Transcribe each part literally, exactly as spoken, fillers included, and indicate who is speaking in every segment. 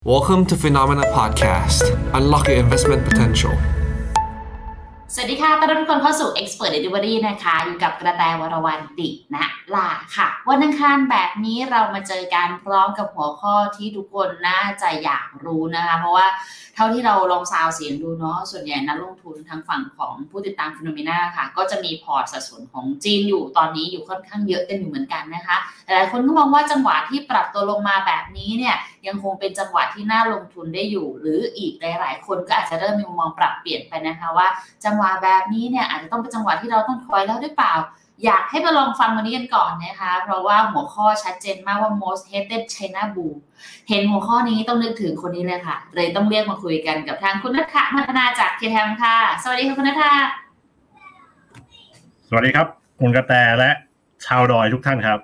Speaker 1: Welcome to Phenomena Podcast. Unlock your investment potential.
Speaker 2: สวัสดีค่ะต้อนรับทุกคนเข้าสู่ Expert Delivery นะคะอยู่กับกระแตวรวรรณดิณลาค่ะวันอังคารแบบนี้เรามาเจอกันพร้อมกับหัวข้อที่ทุกคนน่าจะอยากรู้นะคะเพราะว่าเท่าที่เราลองซาวเสียงดูเนาะส่วนใหญ่นักลงทุนทางฝั่งของผู้ติดตาม Phenomena ค่ะก็จะมีพอร์ตสัดส่วนของจีนอยู่ตอนนี้อยู่ค่อนข้างเยอะกันอยู่เหมือนกันนะคะหลายคนก็มองว่าจังหวะที่ปรับตัวลงมาแบบนี้เนี่ยยังคงเป็นจังหวะที่น่าลงทุนได้อยู่หรืออีกหลายๆคนก็อาจจะเริ่มมีมุมมองปรับเปลี่ยนไปนะคะว่าจังหวะแบบนี้เนี่ยอาจจะต้องเป็นจังหวะที่เราต้องถอยแล้วหรือเปล่าอยากให้มาลองฟังวันนี้กันก่อนนะคะเพราะว่าหัวข้อชัดเจนมากว่า most hated China bull เห็นหัวข้อนี้ต้องนึกถึงคนนี้เลยค่ะเลยต้องเรียกมาคุยกันกับทางคุณณัฐมัทนาจากเคแทมค่ะสวัสดีค่ะคุณณัฐ
Speaker 3: สวัสดีครับคุณกระแตและชาวดอยทุกท่านครับ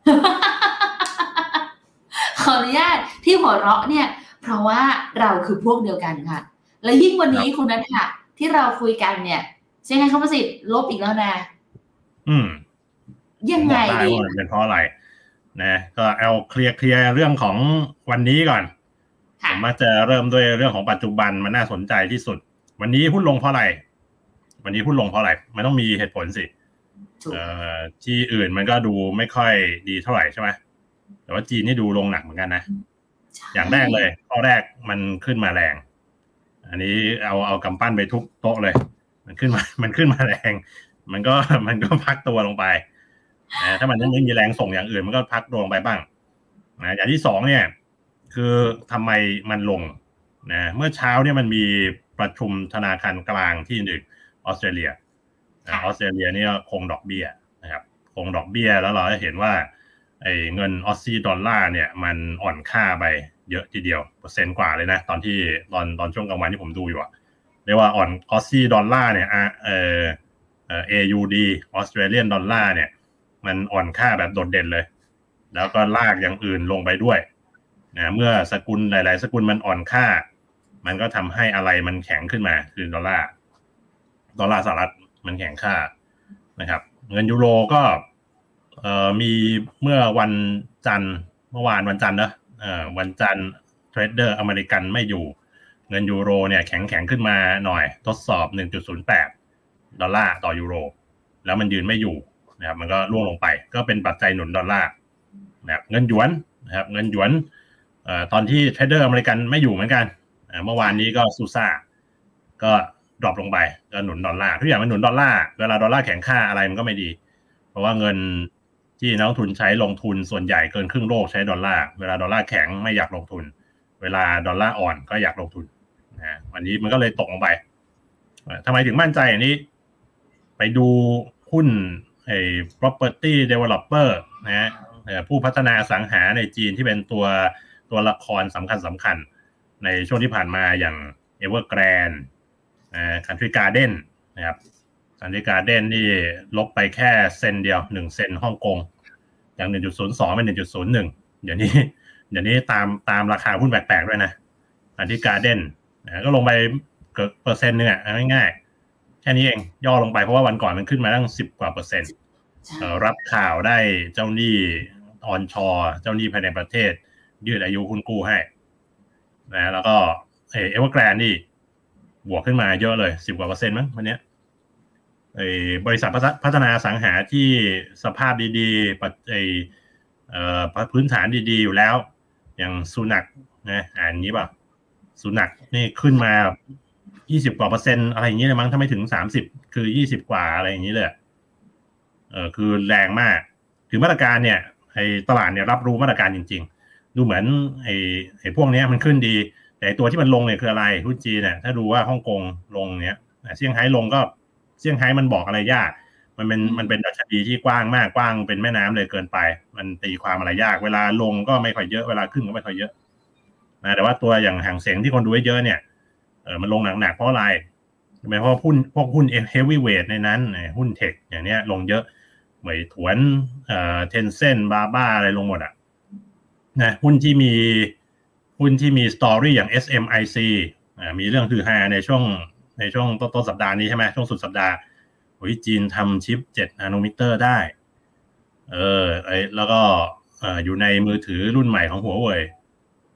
Speaker 2: ขออนุญาตที่หัวเราะเนี่ยเพราะว่าเราคือพวกเดียวกันค่ะและยิ่งวันนี้คุณณัฐที่เราคุยกันเนี่ยเซี่ยงไฮ้คอมโพสิตลบอีกแล้วนะ
Speaker 3: อืม
Speaker 2: ยังไงดี
Speaker 3: เป็นเพราะอะไรนะก็เอาเคลียร์เคลียร์เรื่องของวันนี้ก่อนผมมาจะเริ่มด้วยเรื่องของปัจจุบันมันน่าสนใจที่สุดวันนี้หุ้นลงเพราะอะไรวันนี้หุ้นลงเพราะอะไรมันต้องมีเหตุผลสิเอ่อที่อื่นมันก็ดูไม่ค่อยดีเท่าไหร่ใช่ไหมแต่ว่าจีนนี่ดูลงหนักเหมือนกันนะอย่างแรกเลยข้อแรกมันขึ้นมาแรงอันนี้เอาเอากำปั้นไปทุบโต๊ะเลยมันขึ้นมามันขึ้นมาแรงมันก็มันก็พักตัวลงไปนะถ้ามันยังไม่มีแรงส่งอย่างอื่นมันก็พักตัวลงไปบ้างนะอย่างที่สองเนี่ยคือทำไมมันลงนะเมื่อเช้าเนี่ยมันมีประชุมธนาคารกลางที่หนึ่งออสเตรเลียออสเตรเลียนี่ก็คงดอกเบี้ยนะครับคงดอกเบี้ยแล้วเราจะเห็นว่าไอ้เงินออสซี่ดอลลาร์เนี่ยมันอ่อนค่าไปเยอะทีเดียวเปอร์เซ็นต์กว่าเลยนะตอนที่ตอนตอนช่วงกลางวันที่ผมดูอยู่อะเรียกว่าอ่อนออสซี่ดอลลาร์เนี่ยเอ่อเอ่อ เอ ยู ดี ออสเตรเลียนดอลลาร์เนี่ยมันอ่อนค่าแบบโดดเด่นเลยแล้วก็ลากอย่างอื่นลงไปด้วยนะเมื่อสกุลหลายๆสกุลมันอ่อนค่ามันก็ทำให้อะไรมันแข็งขึ้นมาคือดอลลาร์ดอลลาร์สหรัฐมันแข็งค่านะครับเงินยูโรก็เอ่อมีเมื่อวันจันทร์เมื่อวานวันจันทร์นะเอ่อวันจันทร์เทรดเดอร์อเมริกันไม่อยู่เงินยูโรเนี่ยแข็งแข็งขึ้นมาหน่อยทดสอบ หนึ่งจุดศูนย์แปด ดอลลาร์ต่อยูโรแล้วมันยืนไม่อยู่นะครับมันก็ร่วงลงไปก็เป็นปัจจัยหนุนดอลลาร์นะครับเงินหยวนนะครับเงินหยวนเอ่อตอนที่เทรดเดอร์อเมริกันไม่อยู่เหมือนกันเมื่อวานนี้ก็ซูซ่าก็ดรอปลงไปก็หนุนดอลลาร์ทุกอย่างมันหนุนดอลลาร์เวลาดอลลาร์แข็งค่าอะไรมันก็ไม่ดีเพราะว่าเงินที่นักลงทุนใช้ลงทุนส่วนใหญ่เกินครึ่งโลกใช้ดอลลาร์เวลาดอลลาร์แข็งไม่อยากลงทุนเวลาดอลลาร์อ่อนก็อยากลงทุนนะวันนี้มันก็เลยตกลงไปทำไมถึงมั่นใจอย่างนี้ไปดูหุ้นไอ้ property developer นะผู้พัฒนาอสังหาในจีนที่เป็นตัวตัวละครสำคัญสำคัญในช่วงที่ผ่านมาอย่าง Evergrande อ่า Country Garden นะครับ Country Garden นี่ลบไปแค่เซนเดียวหนึ่งเซนฮ่องกงอย่าง หนึ่งจุดศูนย์สอง เป็น หนึ่งจุดศูนย์หนึ่ง เดี๋ยวนี้เดี๋ยวนี้ตามตามราคาหุ้นแปลกๆด้วยนะ Country Garden นะก็ลงไปเกือบเปอร์เซ็นต์นึงอ่ะง่ายๆแค่นี้เองย่อลงไปเพราะว่าวันก่อนมันขึ้นมาตั้งสิบกว่าเปอร์เซ็นต์รับข่าวได้เจ้าหนี้ออนชอร์เจ้าหนี้ภายในประเทศยืดอายุหุ้นกู้ให้นะแล้วก็เอเวอร์แกรนด์นี่บวกขึ้นมาเยอะเลยสิบกว่าเปอร์เซ็นต์มั้งวันนี้ไอ้บริษัทพัฒนาสังหาที่สภาพดีๆปัจจัยเอ่อพื้นฐานดีๆอยู่แล้วอย่างซูนักนะอ่านนี้ป่ะซูนักนี่ขึ้นมายี่สิบกว่าเปอร์เซ็นต์อะไรอย่างงี้เลยมั้งถ้าไม่ถึงสามสิบคือยี่สิบกว่าอะไรอย่างงี้เลยเออคือแรงมากคือมาตรการเนี่ยไอ้ตลาดเนี่ยรับรู้มาตรการจริงๆดูเหมือนไอ้ไอ้พวกนี้มันขึ้นดีแต่ตัวที่มันลงเนี่ยคืออะไรหุ้นจีนเนี่ยถ้าดูว่าฮ่องกงลงเนี้ยเซี่ยงไฮ้ลงก็เซี่ยงไฮ้มันบอกอะไรยากมันเป็นมันเป็นดัชนีที่กว้างมากกว้างเป็นแม่น้ำเลยเกินไปมันตีความอะไรยากเวลาลงก็ไม่ค่อยเยอะเวลาขึ้นก็ไม่ค่อยเยอะนะแต่ว่าตัวอย่างห่างเสียงที่คนดูเยอะเนี่ยเออมันลงหนักๆเพราะอะไรเป็นเพราะหุ้นพวกหุ้น heavyweight ในนั้นหุ้นเทคอย่างเนี้ยลงเยอะเหมยถวนเอ่อ Tencent บาบ้าอะไรลงหมดอ่ะนะหุ้นที่มีหุ้นที่มีสตอรี่อย่าง เอส เอ็ม ไอ ซี อ่ามีเรื่องคือฮาในช่วงในช่วงต้นสัปดาห์นี้ใช่ไหมช่วงสุดสัปดาห์โอ้ยจีนทำชิปเจ็ดนาโนมิเตอร์ได้เออไอแล้วก็เอ่ออยู่ในมือถือรุ่นใหม่ของหัวเว่ย เ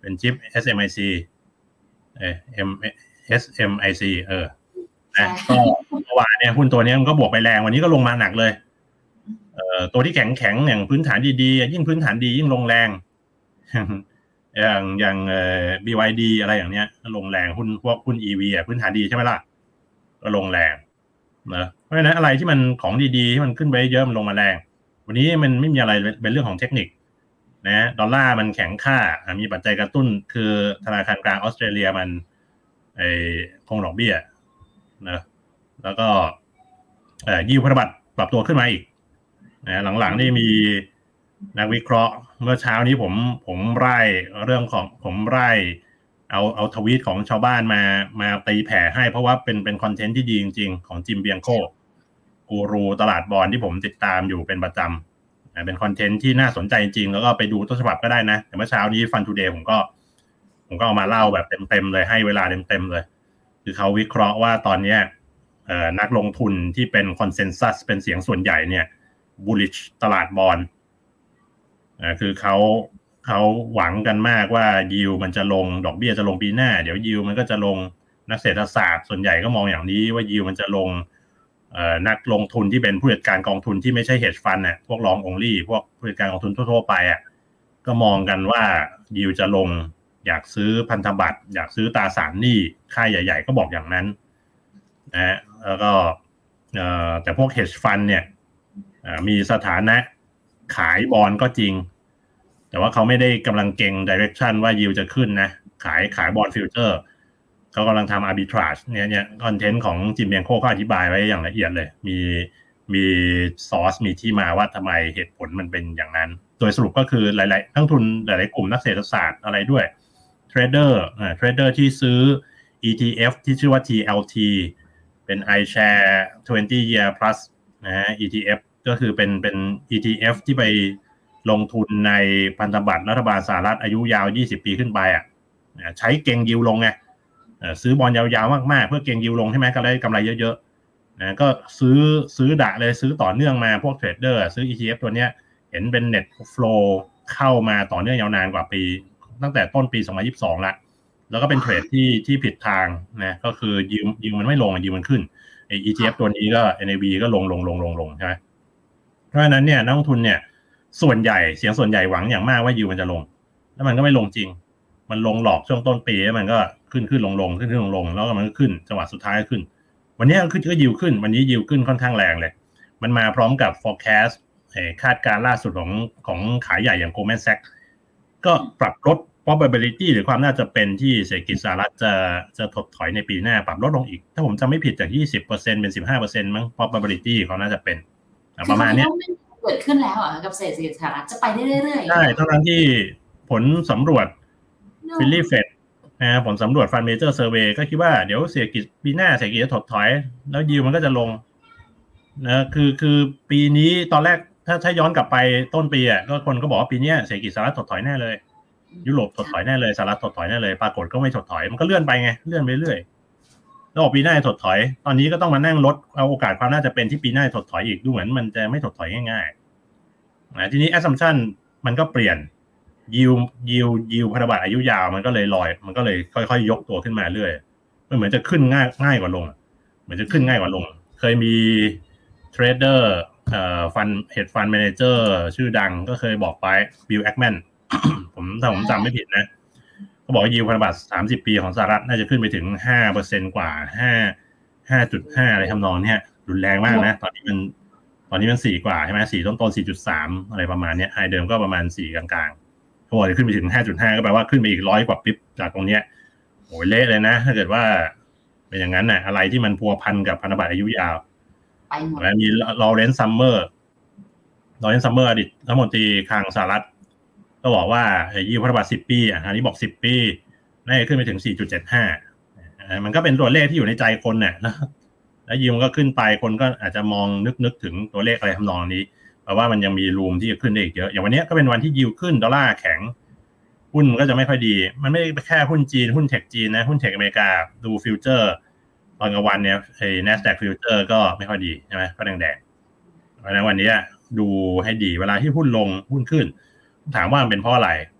Speaker 3: เป็นชิป เอส เอ็ม ไอ ซี เออ M เอส เอ็ม ไอ ซี เออนะก็เมื่อวานเนี่ยหุ้นตัวนี้มันก็บวกไปแรงวันนี้ก็ลงมาหนักเลยเอ่อตัวที่แข็งๆอย่างพื้นฐานดีๆยิ่งพื้นฐานดียิ่งลงแรงอย่างอย่างเอ่อ บี วาย ดี อะไรอย่างเนี้ยลงแรงหุ้นพวกหุ้น อี วี อ่ะพื้นฐานดีใช่ไหมล่ะก็ลงแรงนะเพราะฉะนั้นอะไรที่มันของดีๆที่มันขึ้นไปเยอะมันลงมาแรงวันนี้มันไม่มีอะไรเป็นเรื่องของเทคนิคนะดอลลาร์มันแข็งค่ามีปัจจัยกระตุ้นคือธนาคารกลางออสเตรเลียมันไอ้คงดอกเบี้ยนะแล้วก็เอ่อยิวพันธบัตรปรับตัวขึ้นมาอีกนะหลังๆนี่มีนักวิเคราะห์เมื่อเช้านี้ผมผมไล่เรื่องของผมไล่เอาเอาทวีตของชาวบ้านมามาตีแผ่ให้เพราะว่าเป็นเป็นคอนเทนต์ที่ดีจริงๆของจิมเบียงโคกูรูตลาดบอนด์ที่ผมติดตามอยู่เป็นประจำเป็นคอนเทนต์ที่น่าสนใจจริงๆแล้วก็ไปดูต้นฉบับก็ได้นะแต่เมื่อเช้านี้ฟันทูเดย์ผมก็ผมก็เอามาเล่าแบบเต็มๆเลยให้เวลาเต็มๆเลยคือเขาวิเคราะห์ว่าตอนนี้เอ่อนักลงทุนที่เป็นคอนเซนซัสเป็นเสียงส่วนใหญ่เนี่ยบูลลิชตลาดบอนด์อ่าคือเขาเขาหวังกันมากว่ายิวมันจะลงดอกเบี้ยจะลงปีหน้าเดี๋ยวยิวมันก็จะลงนักเศรษฐศาสตร์ส่วนใหญ่ก็มองอย่างนี้ว่ายิวมันจะลงเอ่อนักลงทุนที่เป็นผู้จัดการกองทุนที่ไม่ใช่ hedge fund น่ะพวก long only พวกผู้จัดการกองทุนทั่วๆไปอ่ะก็มองกันว่ายิวจะลงอยากซื้อพันธบัตรอยากซื้อตราสารหนี้ค่ายใหญ่ๆก็บอกอย่างนั้นนะแล้วก็เอ่อแต่พวก hedge fund เนี่ยมีสถานะขายบอนด์ก็จริงแต่ว่าเขาไม่ได้กำลังเก่ง direction ว่ายิวจะขึ้นนะขายขายบอนด์ฟิวเจอร์เขากำลังทำ arbitrage เนี่ยเนี่ยคอนเทนต์ของจิมเบียงโคก็อธิบายไว้อย่างละเอียดเลยมีมีซอสมีที่มาว่าทำไมเหตุผลมันเป็นอย่างนั้นโดยสรุปก็คือหลายๆนักทุนหลายๆกลุ่มนักเศรษฐศาสตร์อะไรด้วยเทรดเดอร์อ่าเทรดเดอร์ที่ซื้อ อี ที เอฟ ที่ชื่อว่า ที แอล ที เป็น iShare ยี่สิบ year plus นะฮะ อี ที เอฟ ก็คือเป็นเป็น อี ที เอฟ ที่ไปลงทุนในพันธบัตรรัฐบาลสหรัฐอายุยาวยี่สิบปีขึ้นไปอ่ะใช้เก็งยิวลงไงซื้อบอลยาวๆมากๆเพื่อเก็งยิวลงใช่ไหมก็ได้กำไรเยอะๆนะก็ซื้อซื้อดะเลยซื้อต่อเนื่องมาพวกเทรดเดอร์ซื้อ อี ที เอฟ ตัวเนี้ยเห็นเป็น net flow เข้ามาต่อเนื่องยาวนานกว่าปีตั้งแต่ต้นปีสองพันยี่สิบสองละแล้วก็เป็นเทรดที่ที่ผิดทางนะก็คือยิวยิวมันไม่ลงยิวมันขึ้นไอ้ อี ที เอฟ ตัวนี้ก็ เอ็น เอ วี ก็ลงลงลงลงลงใช่ไหมเพราะฉะนั้นเนี่ยนักลงทุนเนี่ยส่วนใหญ่เสียงส่วนใหญ่หวังอย่างมากว่ายิวมันจะลงแล้วมันก็ไม่ลงจริงมันลงหลอกช่วงต้นปีแล้วมันก็ขึ้นขึ้นลงลงขึ้นขึ้นลงลงแล้วก็มันก็ขึ้นจังหวะสุดท้ายก็ขึ้นวันนี้ก็ขึ้นก็ยิวขึ้นวันนี้ยิวขึ้นค่อนข้างแรงเลยมันมาพร้อมกับ forecast คาดการณ์ล่าสุดของของขายใหญ่อย่าง Goldman Sachs ก็ปรับลด probability หรือความน่าจะเป็นที่เศรษฐกิจสหรัฐจะจะถดถอยในปีหน้าปรับลดลงอีกถ้าผมจำไม่ผิดจาก ยี่สิบเปอร์เซ็นต์ เป็น สิบห้าเปอร์เซ็นต์ มั้ง probability เขาน่าจะเป็นประมาณนี้
Speaker 2: เกิดขึ้นแล้วอ่ะกับเศรษฐกิจสหรัฐจะไปได้เรื่อยๆ
Speaker 3: ใช่ทั้งที่ผลสำรวจ Philly Fed นะผลสำรวจ Fund Major Survey ก็คิดว่าเดี๋ยวเศรษฐกิจปีหน้าเศรษฐกิจจะถดถอยแล้วยิวมันก็จะลงนะคือคือปีนี้ตอนแรกถ้าถ้าย้อนกลับไปต้นปีอ่ะก็คนก็บอกว่าปีนี้เศรษฐกิจสหรัฐถดถอยแน่เลยยุโรปถดถอยแน่เลยสหรัฐถดถอยแน่เลยปรากฏก็ไม่ถดถอยมันก็เลื่อนไปไงเลื่อนไปเรื่อยแล้วปีหน้าถดถอยตอนนี้ก็ต้องมานั่งลดเอาโอกาสความน่าจะเป็นที่ปีหน้าถดถอยอีกดูเหมือนมันจะไม่ถดถอยง่ายๆนะทีนี้ assumption มันก็เปลี่ยนยิวยิวยิวพันธบัตรอายุยาวมันก็เลยลอยมันก็เลยค่อยๆยกตัวขึ้นมาเรื่อยมันเหมือนจะขึ้นง่ายง่ายกว่าลงเหมือนจะขึ้นง่ายกว่าลงเคยมีเทรดเดอร์เอ่อฟันเฮดฟันแมเนเจอร์ชื่อดังก็เคยบอกไปบิลแอคแมน ผมถ้าผมจำไม่ผิดนะเขาบอกว่ายิวพันธบัตรสามสิบปีของสหรัฐน่าจะขึ้นไปถึง ห้าเปอร์เซ็นต์ กว่าห้า ห้าจุดห้า อะไรทำนองเนี้ยรุนแรงมากนะตอนนี้มันตอนนี้มันสี่กว่าใช่มั้ยสี่ต้นๆ สี่จุดสาม อะไรประมาณเนี้ยไฮเดิมก็ประมาณสี่กลางๆเขาบอกจะขึ้นไปถึง ห้าจุดห้า ก็แปลว่าขึ้นไปอีกหนึ่งร้อยกว่าปิ๊บจากตรงเนี้ยโหเละเลยนะถ้าเกิดว่าเป็นอย่างนั้นน่ะอะไรที่มันพัวพันกับพันธบัตรอายุยาว
Speaker 2: ไปหมด
Speaker 3: มีลอเรนซ์ซัมเมอร์ลอเรนซ์ซัมเมอร์อดีตรัฐมนตรีคลังสหรัฐก็บอกว่ายิวพันธบัตรสิบปีอ่ะอันนี้บอกสิบปีน่าจะขึ้นไปถึง สี่จุดเจ็ดห้า มันก็เป็นตัวเลขที่อยู่ในใจคนน่ะนะแล้วยิวมันก็ขึ้นไปคนก็อาจจะมองนึกๆถึงตัวเลขอะไรทำนองนี้เพราะว่ามันยังมีรูมที่จะขึ้นได้อีกเยอะอย่างวันนี้ก็เป็นวันที่ยิวขึ้นดอลลาร์แข็งหุ้นมันก็จะไม่ค่อยดีมันไม่ได้แค่หุ้นจีนหุ้นเทคจีนนะหุ้นเทคอเมริกาดูฟิวเจอร์ตอนกลางวันเนี่ยไอ้ Nasdaq Future ก็ไม่ค่อยดีใช่ไหมก็แดงๆเพราะฉะนั้นวันนี้ดูให้ดีเวลาที่หุ้นลงหุ้นขึ้นถามว่ามันเป็นเพราะอะไร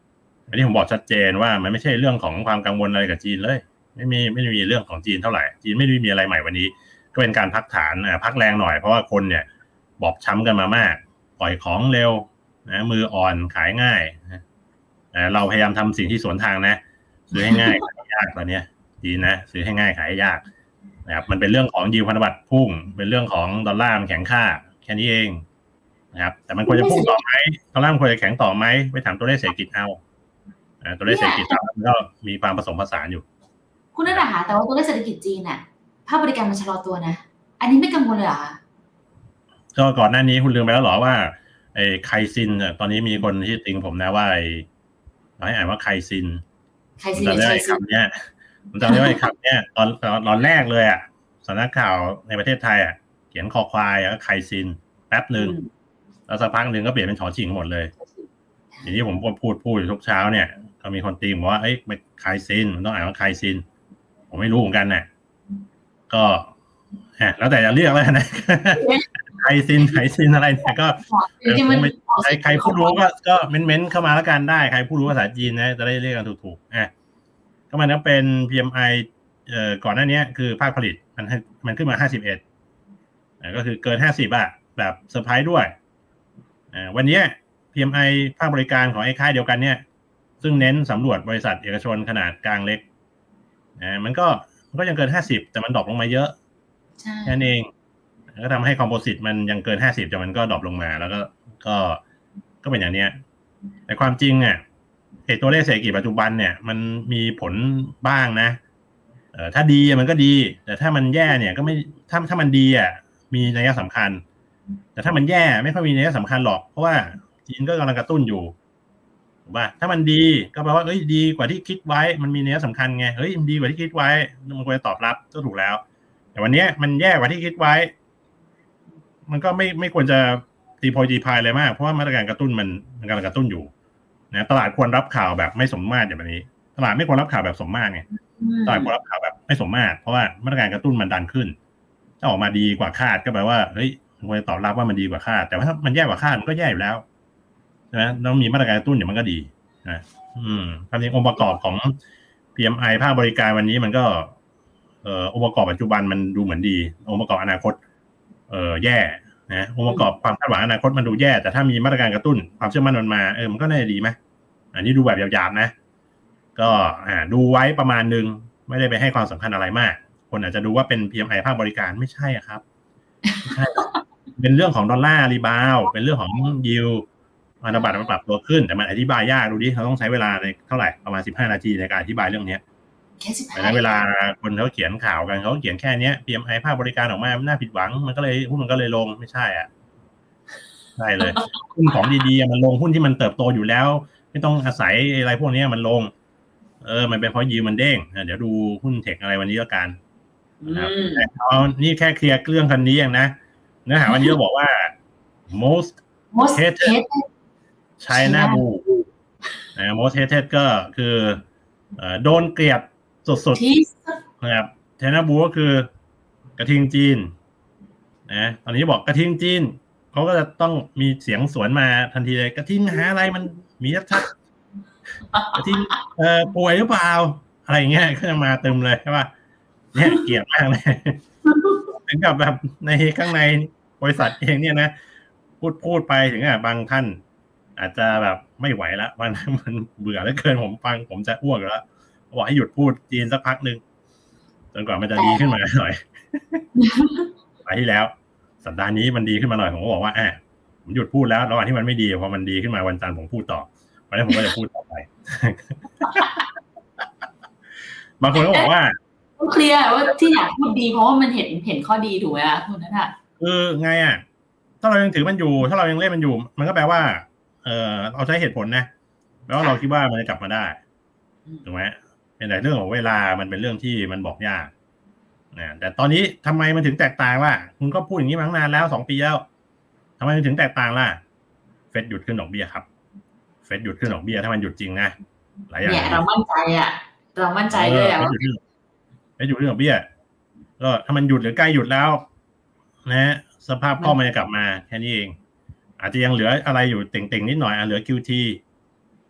Speaker 3: อันนี้ผมบอกชัดเจนว่ามันไม่ใช่เรื่องของความกังวลอะไรกับจีนเลยไม่มีไม่มีเรื่องของจีนเท่าไหร่จีนไม่ได้มีอะไรใหม่วันนี้ก็เป็นการพักฐานพักแรงหน่อยเพราะว่าคนเนี่ยบอบช้ำกันมามากปล่อยของเร็วนะมืออ่อนขายง่ายนะเราพยายามทำสิ่งที่สวนทางนะซื้อให้ง่ายขายยากตอนนี้จีนนะซื้อให้ง่ายขายยากนะครับมันเป็นเรื่องของยิวพันธบัตรพุ่งเป็นเรื่องของดอลลาร์มันแข็งค่าแค่นี้เองนะครับแต่มันควรจะพุ่งต่อไหมดอลลาร์มันควรจะแข็งต่อไหมไปถามตัวเลขเศรษฐกิจเอาตัวเลขเศรษฐกิจมันก็มีความผสมผสานอยู่
Speaker 2: คุณนั่นแหละค่ะแต่ว่าตัวเลขเศรษฐกิจจีนน่ะภาคบริการมันชะลอตัวนะอันนี้ไม่กังวลเลยเหรอคะ
Speaker 3: ก็ก่อนหน้านี้คุณลืมไปแล้วเหรอว่าไอ้ไคซินตอนนี้มีคนที่ติงผมนะว่าไอ้ให้อ่านว่าไคซิน
Speaker 2: ไคซิน
Speaker 3: ไอ้คำเนี้ยผมจำได้ว่าไอ้คำเนี้ยตอนตอนแรกเลยอ่ะสำนักข่าวในประเทศไทยอ่ะเขียนคอควายแล้วไคซินแป๊บนึงแล้วสักพักนึงก็เปลี่ยนเป็นชอชิงหมดเลยทีนี้ผมพูดพูดทุกเช้าเนี่ยก็มีคนตีมว่าเอ้ยเป็นไคซินมันต้องอ่านว่าไคซินผมไม่รู้เหมือนกันน่ะก็แล้วแต่จะเรียกแล้วนะไคซินไคซินอะไรเนี่ยก็ใครใครผู้รู้ก็ก็เม้นๆเข้ามาแล้วกันได้ใครผู้รู้ภาษาจีนนะจะได้เรียกกันถูกๆอ่ะก็มันก็เป็น พี เอ็ม ไอ เอ่อก่อนหน้านี้คือภาคผลิตมันมันขึ้นมาห้าสิบเอ็ดอ่าก็คือเกินห้าสิบอ่ะแบบเซอร์ไพรส์ด้วยอ่าวันนี้ พี เอ็ม ไอ ภาคบริการของไอ้ค่ายเดียวกันเนี่ยซึ่งเน้นสำรวจบริษัทเอกชนขนาดกลางเล็กอ่ามันก็มันก็ยังเกินห้าสิบแต่มันดรอปลงมาเยอะ
Speaker 2: ใช่
Speaker 3: นั่นเองก็ทำให้คอมโพสิตมันยังเกินห้าสิบแต่มันก็ดรอปลงมาแล้วก็ก็ก็เป็นอย่างเนี้ยแต่ความจริงอ่ะไอ้ตัวเลขเศรษฐกิจปัจจุบันเนี่ยมันมีผลบ้างนะเอ่อถ้าดีมันก็ดีแต่ถ้ามันแย่เนี่ยก็ไม่ถ้าถ้ามันดีอ่ะมีนัยสำคัญแต่ถ้ามันแย่ไม่ค่อยมีนัยสำคัญหรอกเพราะว่าจีนก็กำลังกระตุ้นอยู่ถูกป่ะถ้ามันดีก็แปลว่าเอ้ยดีกว่าที่คิดไว้มันมีนัยสำคัญไงเฮ้ยมันดีกว่าที่คิดไว้มันควรจะตอบรับก็ถูกแล้วแต่วันนี้มันแย่กว่าที่คิดไว้มันก็ไม่ไม่ควรจะตีโพยตีพายเลยมากเพราะว่ามาตรการกระตุ้นมันมันกำลังกระตุ้นอยู่นะตลาดควรรับข่าวแบบไม่สมมาตรอย่างนี้ตลาดไม่ควรรับข่าวแบบสมมาตรไงตลาดควรรับข่าวแบบไม่สมมาตรเพราะว่ามาตรการกระตุ้นมันดันขึ้นถ้าออกมาดีกว่าคาดก็แปลว่าเฮ้ยควรจะตอบรับว่ามันดีกว่าคาดแต่ว่าถ้ามันแย่กว่าคาดมันก็แย่อยู่แล้วใช่ไหมต้องมีมาตรการกระตุ้นเดี๋ยวมันก็ดีนะอืมความจริงองค์ประกอบของ พี เอ็ม ไอ ภาคบริการวันนี้มันก็เอ่อองค์ประกอบปัจจุบันมันดูเหมือนดีองค์ประกอบอนาคตเอ่อแย่นะองค์ประกอบความคาดหวังอนาคตมันดูแย่แต่ถ้ามีมาตรการกระตุ้นความเชื่อมั่นมันมาเออมันก็น่าจะดีไหมอันนี้ดูแบบหยาบๆนะก็อ่าดูไว้ประมาณนึงไม่ได้ไปให้ความสำคัญอะไรมากคนอาจจะดูว่าเป็น พี เอ็ม ไอ ภาคบริการไม่ใช่ครับไม่ใช่เป็นเรื่องของดอลลาร์รีบาวเป็นเรื่องของยิวพันธบัตรมันปรับตัวขึ้นแต่มันอธิบายยากดูดิเราต้องใช้เวลาในเท่าไหร่ประมาณสิบห้านาทีในการอธิบายเรื่องนี้
Speaker 2: แค่สิบห้า
Speaker 3: แต่เวลาคนเขาเขียนข่าวกันเขาเขียนแค่นี้ พี เอ็ม ไอ ภาคบริการออกมาน่าผิดหวังมันก็เลยหุ้นมันก็เลยลงไม่ใช่อ่ะใช่เลยหุ้นของดีๆมันลงหุ้นที่มันเติบโตอยู่แล้วไม่ต้องอาศัยอะไรพวกนี้มันลงเออมันเป็นเพราะยิวมันเด้งเดี๋ยวดูหุ้นเทคอะไรวันนี้แล้วกันนะครับเอานี่แค่เคลียร์เรื่องคันนี้เองนะเนื้อหาวันนี้เราบอกว่า most hated China Bull นะ most hated ก็คือโดนเกลียดสุดๆนะครับ China Bull ก็คือกระทิงจีนนะตอนนี้บอกกระทิงจีนเขาก็จะต้องมีเสียงสวนมาทันทีเลยกระทิงหาอะไรมันมีชัดๆกระทิงเอ่อป่วยหรือเปล่าอะไรอย่างเงี้ยก็จะมาเต็มเลยใช่ป่ะเนี่ยเกลียดมากเลยถึงกับแบบในข้างในบริษัทเองเนี่ยนะพูดพูดไปถึงอ่ะบางท่านอาจจะแบบไม่ไหวแล้วมันมันเบื่อเหลือเกินผมฟังผมจะอ้วกแล้วบอกให้หยุดพูดจีนสักพักนึงจนกว่ามันจะดีขึ้นมาหน่อยไปที่แล้วสัปดาห์นี้มันดีขึ้นมาหน่อยผมก็บอกว่าอ่ะผมหยุดพูดแล้วระหว่างที่มันไม่ดีพอมันดีขึ้นมาวันจันทร์ผมพูดต่อวันนี้ผมก็จะพูดต่อไปบางคนก็บอกว่า
Speaker 2: ต้องเคลียร์ว่าที่อยากพูดดีเพราะว่ามันเห็นเห็นข้อดีถูกไหมคะคุณนัท
Speaker 3: คือไงอ่ะถ้าเรายังถือมันอยู่ถ้าเรายังเล่นมันอยู่มันก็แปลว่าเออเราใช้เหตุผลนะแปลว่าเราคิดว่ามันจะกลับมาได้ถูกไหมเป็นแต่เรื่องของเวลามันเป็นเรื่องที่มันบอกยากนะแต่ตอนนี้ทำไมมันถึงแตกต่างล่ะคุณก็พูดอย่างนี้มาตั้งนานแล้วสองปีแล้วทำไมมันถึงแตกต่างล่ะเฟดหยุดขึ้นดอกเบี้ยครับเฟดหยุดขึ้นดอกเบี้ยถ้ามันหยุดจริงนะหลายอย่าง
Speaker 2: เนี่ยเรามั่นใจอ่ะเรามั่นใจด้วยอ่ะ
Speaker 3: เฟดหยุดขึ้นดอกเบี้ยก็ถ้ามันหยุดหรือใกล้หยุดแล้วนะสภาพคล่องมันจะกลับมาแค่นี้เองอาจจะยังเหลืออะไรอยู่เต่งๆนิดหน่อยอ่ะเหลือ คิว ที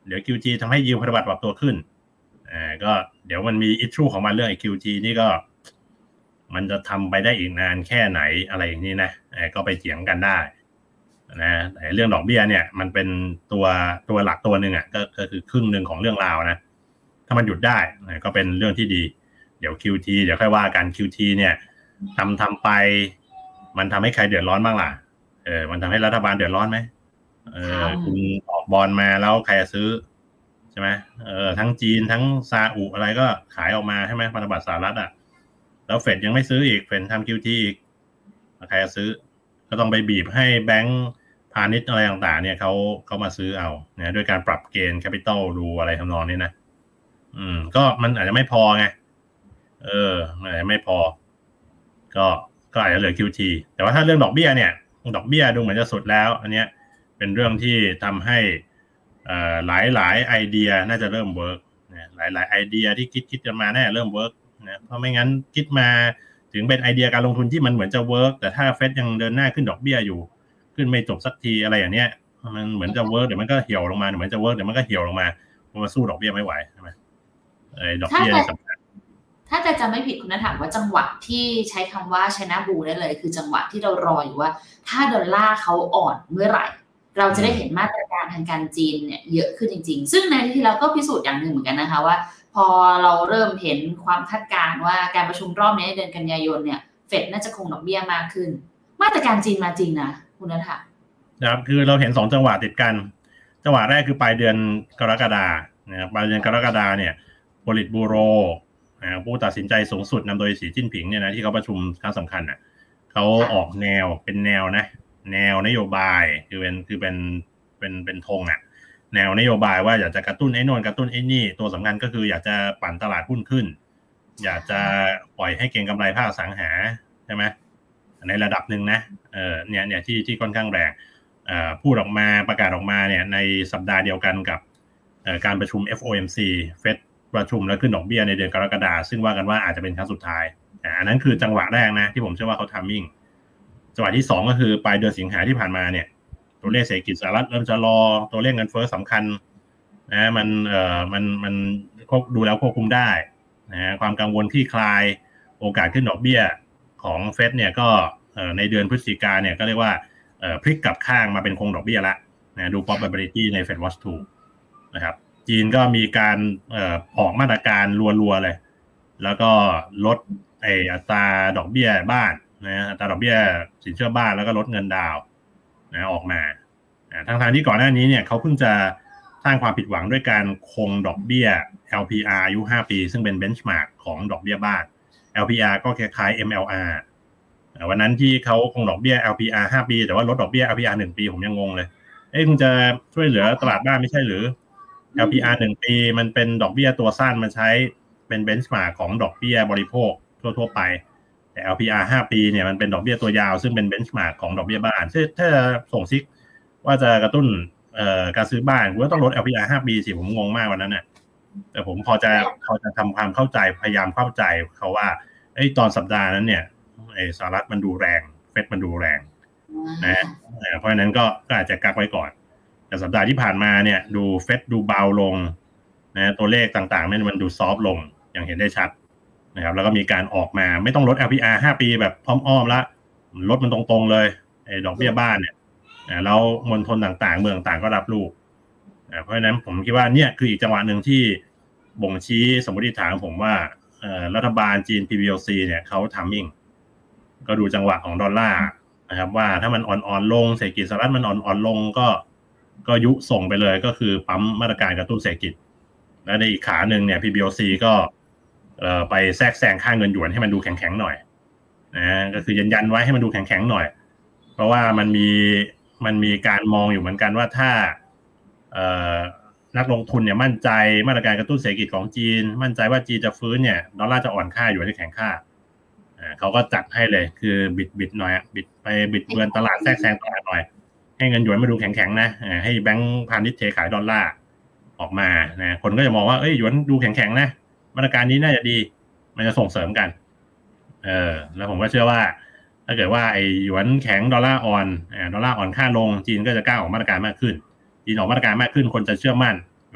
Speaker 3: เดี๋ยว คิว จี ทำให้ยิวพันธบัตรปรับตัวขึ้นอ่าก็เดี๋ยวมันมีอิชชูของมันเรื่องไอ้ คิว จี นี่ก็มันจะทำไปได้อีกนานแค่ไหนอะไรอย่างนี้นะก็ไปเถียงกันได้นะแต่เรื่องดอกเบี้ยเนี่ยมันเป็นตัวตัวหลักตัวนึงอ่ะก็ก็คือครึ่งนึงของเรื่องราวนะถ้ามันหยุดได้ก็เป็นเรื่องที่ดีเดี๋ยว คิว ที เดี๋ยวค่อยว่ากัน คิว ที เนี่ยทำทำไปมันทำให้ใครเดือดร้อนบ้างล่ะเออมันทำให้รัฐบาลเดือดร้อนไหมเออคุณออกบอลมาแล้วใครจะซื้อใช่ไหมเออทั้งจีนทั้งซาอุอะไรก็ขายออกมาใช่ไหมพันธบัตรสหรัฐอ่ะแล้วเฟดยังไม่ซื้ออีกเฟดทำ คิว ที อีกใครจะซื้อก็ต้องไปบีบให้แบงก์พาณิชย์อะไรต่างๆเนี่ยเขาเขามาซื้อเอาเนี่ยด้วยการปรับเกณฑ์แคปิตอลรูอะไรทำนองนี้นะอืมก็มันอาจจะไม่พอไงเออมันอาจจะไม่พอก็ก็อาจจะเหลือ คิว ที แต่ว่าถ้าเรื่องดอกเบี้ยเนี่ยดอกเบี้ยดูเหมือนจะสุดแล้วอันเนี้ยเป็นเรื่องที่ทำให้อ่าหลายๆไอเดียน่าจะเริ่มเวิร์กนะหลายๆไอเดียที่คิดคิดกันมาน่าจะเริ่มเวิร์กนะเพราะไม่งั้นคิดมาถึงเป็นไอเดียการลงทุนที่มันเหมือนจะเวิร์กแต่ถ้าเฟดยังเดินหน้าขึ้นดอกเบี้ยอยู่ขึ้นไม่จบสักทีอะไรอย่างเนี้ยมันเหมือนจะเวิร์กเดี๋ยวมันก็เหี่ยวลงมาเหมือนจะเวิร์กเดี๋ยวมันก็เหี่ยวลงมาเพราะมันสู้ดอกเบี้ยไม่ไหวใช่ไหมไอ้ดอกเบี้ยสำคัญ
Speaker 2: ถ้าจะจำไม่ผิดคุณนัทถามว่าจังหวะที่ใช้คำว่า China Blue ได้เลยคือจังหวะที่เรารออยู่ว่าถ้าดอลลาร์เขาอ่อนเมื่อไหร่เราจะได้เห็นมาตรการทางการจีนเนี่ยเยอะขึ้นจริงๆซึ่งในที่เราก็พิสูจน์อย่างหนึ่งเหมือนกันนะคะว่าพอเราเริ่มเห็นความคาดการณ์ว่าการประชุมรอบนี้ในเดือนกันยายนเนี่ยเฟดน่าจะคงดอกเบี้ยมากขึ้นมาตรการจีนมาจริงนะคุณนัทค่ะ
Speaker 3: ครับคือเราเห็นสองจังหวะติดกันจังหวะแรกคือปลายเดือนกรกฎาคมนะครับปลายเดือนกรกฎาคมเนี่ยโพลิตบูโรผู้ตัดสินใจสูงสุดนำโดยสีจิ้นผิงเนี่ยนะที่เขาประชุมครั้งสำคัญน่ะเขาออกแนวเป็นแนวนะแนวนโยบายคือเป็นคือเป็นเป็นเป็นธงอ่ะแนวนโยบายว่าอยากจะกระตุ้นไอ้นนกระตุ้นไอ้นี่ตัวสำคัญก็คืออยากจะปั่นตลาดหุ้นขึ้นอยากจะปล่อยให้เก็งกำไรภาคอสังหาใช่ไหมในระดับหนึ่งนะเออเนี่ยเนี่ยที่ที่ค่อนข้างแรงเอ่อพูดออกมาประกาศออกมาเนี่ยในสัปดาห์เดียวกันกับเอ่อการประชุม เอฟ โอ เอ็ม ซี เฟดประชุมแล้วขึ้นดอกเบี้ยในเดือนกรกฎาคมซึ่งว่ากันว่าอาจจะเป็นครั้งสุดท้ายอันนั้นคือจังหวะแรกนะที่ผมเชื่อว่าเขาทัมมิ่งจังหวะที่สองก็คือปลายเดือนสิงหาที่ผ่านมาเนี่ยตัวเลขเศรษฐกิจสหรัฐเริ่มจะรอตัวเลขเงินเฟ้อสำคัญนะมันเอ่อมันมันดูแล้วควบคุมได้นะความกังวลที่คลายโอกาสขึ้นดอกเบี้ยของเฟดเนี่ยก็เอ่อในเดือนพฤศจิกาเนี่ยก็เรียกว่าเอ่อพลิกกลับข้างมาเป็นคงดอกเบี้ยละนะดู probability ใน Fed Watch ทูนะครับจีนก็มีการเอ่อออกมาตรการรัวๆเลยแล้วก็ลดไอ้อัตราดอกเบี้ยบ้านนะอัตราดอกเบี้ยสินเชื่อบ้านแล้วก็ลดเงินดาวน์นะออกมาทั้งๆที่ก่อนหน้านี้เนี่ยเขาเพิ่งจะสร้างความผิดหวังด้วยการคงดอกเบี้ย แอล พี อาร์ อายุห้าปีซึ่งเป็นเบนช์มาร์กของดอกเบี้ยบ้าน แอล พี อาร์ ก็คล้ายๆ เอ็ม แอล อาร์ วันนั้นที่เขาคงดอกเบี้ย แอล พี อาร์ ห้าปีแต่ว่าลดดอกเบี้ย แอล พี อาร์ หนึ่งปีผมยังงงเลยเอ๊ะคุณจะช่วยเหลือตลาดบ้านไม่ใช่หรือ แอล พี อาร์ หนึ่งปีมันเป็นดอกเบี้ยตัวสั้นมันใช้เป็นเบนช์มาร์กของดอกเบี้ยบริโภคทั่วๆไปแต่ แอล พี อาร์ ห้าปีเนี่ยมันเป็นดอกเบี้ยตัวยาวซึ่งเป็นเบนช์มาร์กของดอกเบี้ยบ้านซึ่งถ้าส่งซิกว่าจะกระตุ้นเอ่อการซื้อบ้านคุณก็ต้องลด แอล พี อาร์ ห้าปีสิผมงงมากวันนั้นน่ะแต่ผมพอจะพอจะทำความเข้าใจพยายามเข้าใจเขาว่าไอ้ตอนสัปดาห์นั้นเนี่ยไอ้สหรัฐมันดูแรงเฟดมันดูแรงนะเพราะฉะนั้นก็ก็อาจจะกักไว้ก่อนแต่สัปดาห์ที่ผ่านมาเนี่ยดูเฟดดูเบาลงนะตัวเลขต่างๆเนี่ยมันดูซอฟต์ลงอย่างเห็นได้ชัดนะครับแล้วก็มีการออกมาไม่ต้องลด แอล พี อาร์ ห้าปีแบบอ้อมๆละลดมันตรงๆเลยไอ้ดอกเบี้ยบ้านเนี่ยแล้วมณฑลต่างๆเมืองต่างก็รับรู้เพราะฉะนั้นผมคิดว่าเนี่ยคืออีกจังหวะนึงที่บ่งชี้สมมติฐานผมว่ารัฐบาลจีน พี บี แอล ซี เนี่ยเขาทัมมิ่งก็ดูจังหวะของดอลลาร์นะครับว่าถ้ามันอ่อนๆลงเศรษฐกิจสหรัฐมันอ่อนๆลงก็ก็ยุส่งไปเลยก็คือปั๊มมาตรการกระตุ้นเศรษฐกิจและในอีกขาหนึ่งเนี่ย พี บี แอล ซี ก็เอ่อไปแทรกแซงค่าเงินหยวนให้มันดูแข็งๆหน่อยนะก็คือยันๆไว้ให้มันดูแข็งๆหน่อยเพราะว่ามันมีมันมีการมองอยู่เหมือนกันว่าถ้าเอ่อนักลงทุนเนี่ยมั่นใจมาตรการกระตุ้นเศรษฐกิจของจีนมั่นใจว่าจีนจะฟื้นเนี่ยดอลลาร์จะอ่อนค่าหยวนจะแข็งค่าอ่าเขาก็จัดให้เลยคือบิดบิดหน่อยบิดไปบิดเบือนตลาดแทรกแซงตลาดหน่อยให้เงินหยวนมาดูแข็งๆนะให้แบงก์พาณิชย์เทขายดอลลาร์ออกมานะคนก็จะมองว่าเอ้ยหยวนดูแข็งๆนะมาตรการนี้น่าจะดีมันจะส่งเสริมกันเออแล้วผมก็เชื่อว่าถ้าเกิดว่าไอ้หยวนแข็งดอลลาร์อ่อนอ่าดอลลาร์อ่อนค่าลงจีนก็จะกล้าออกมาตรการมากขึ้นจีนออกมาตรการมากขึ้นคนจะเชื่อมั่น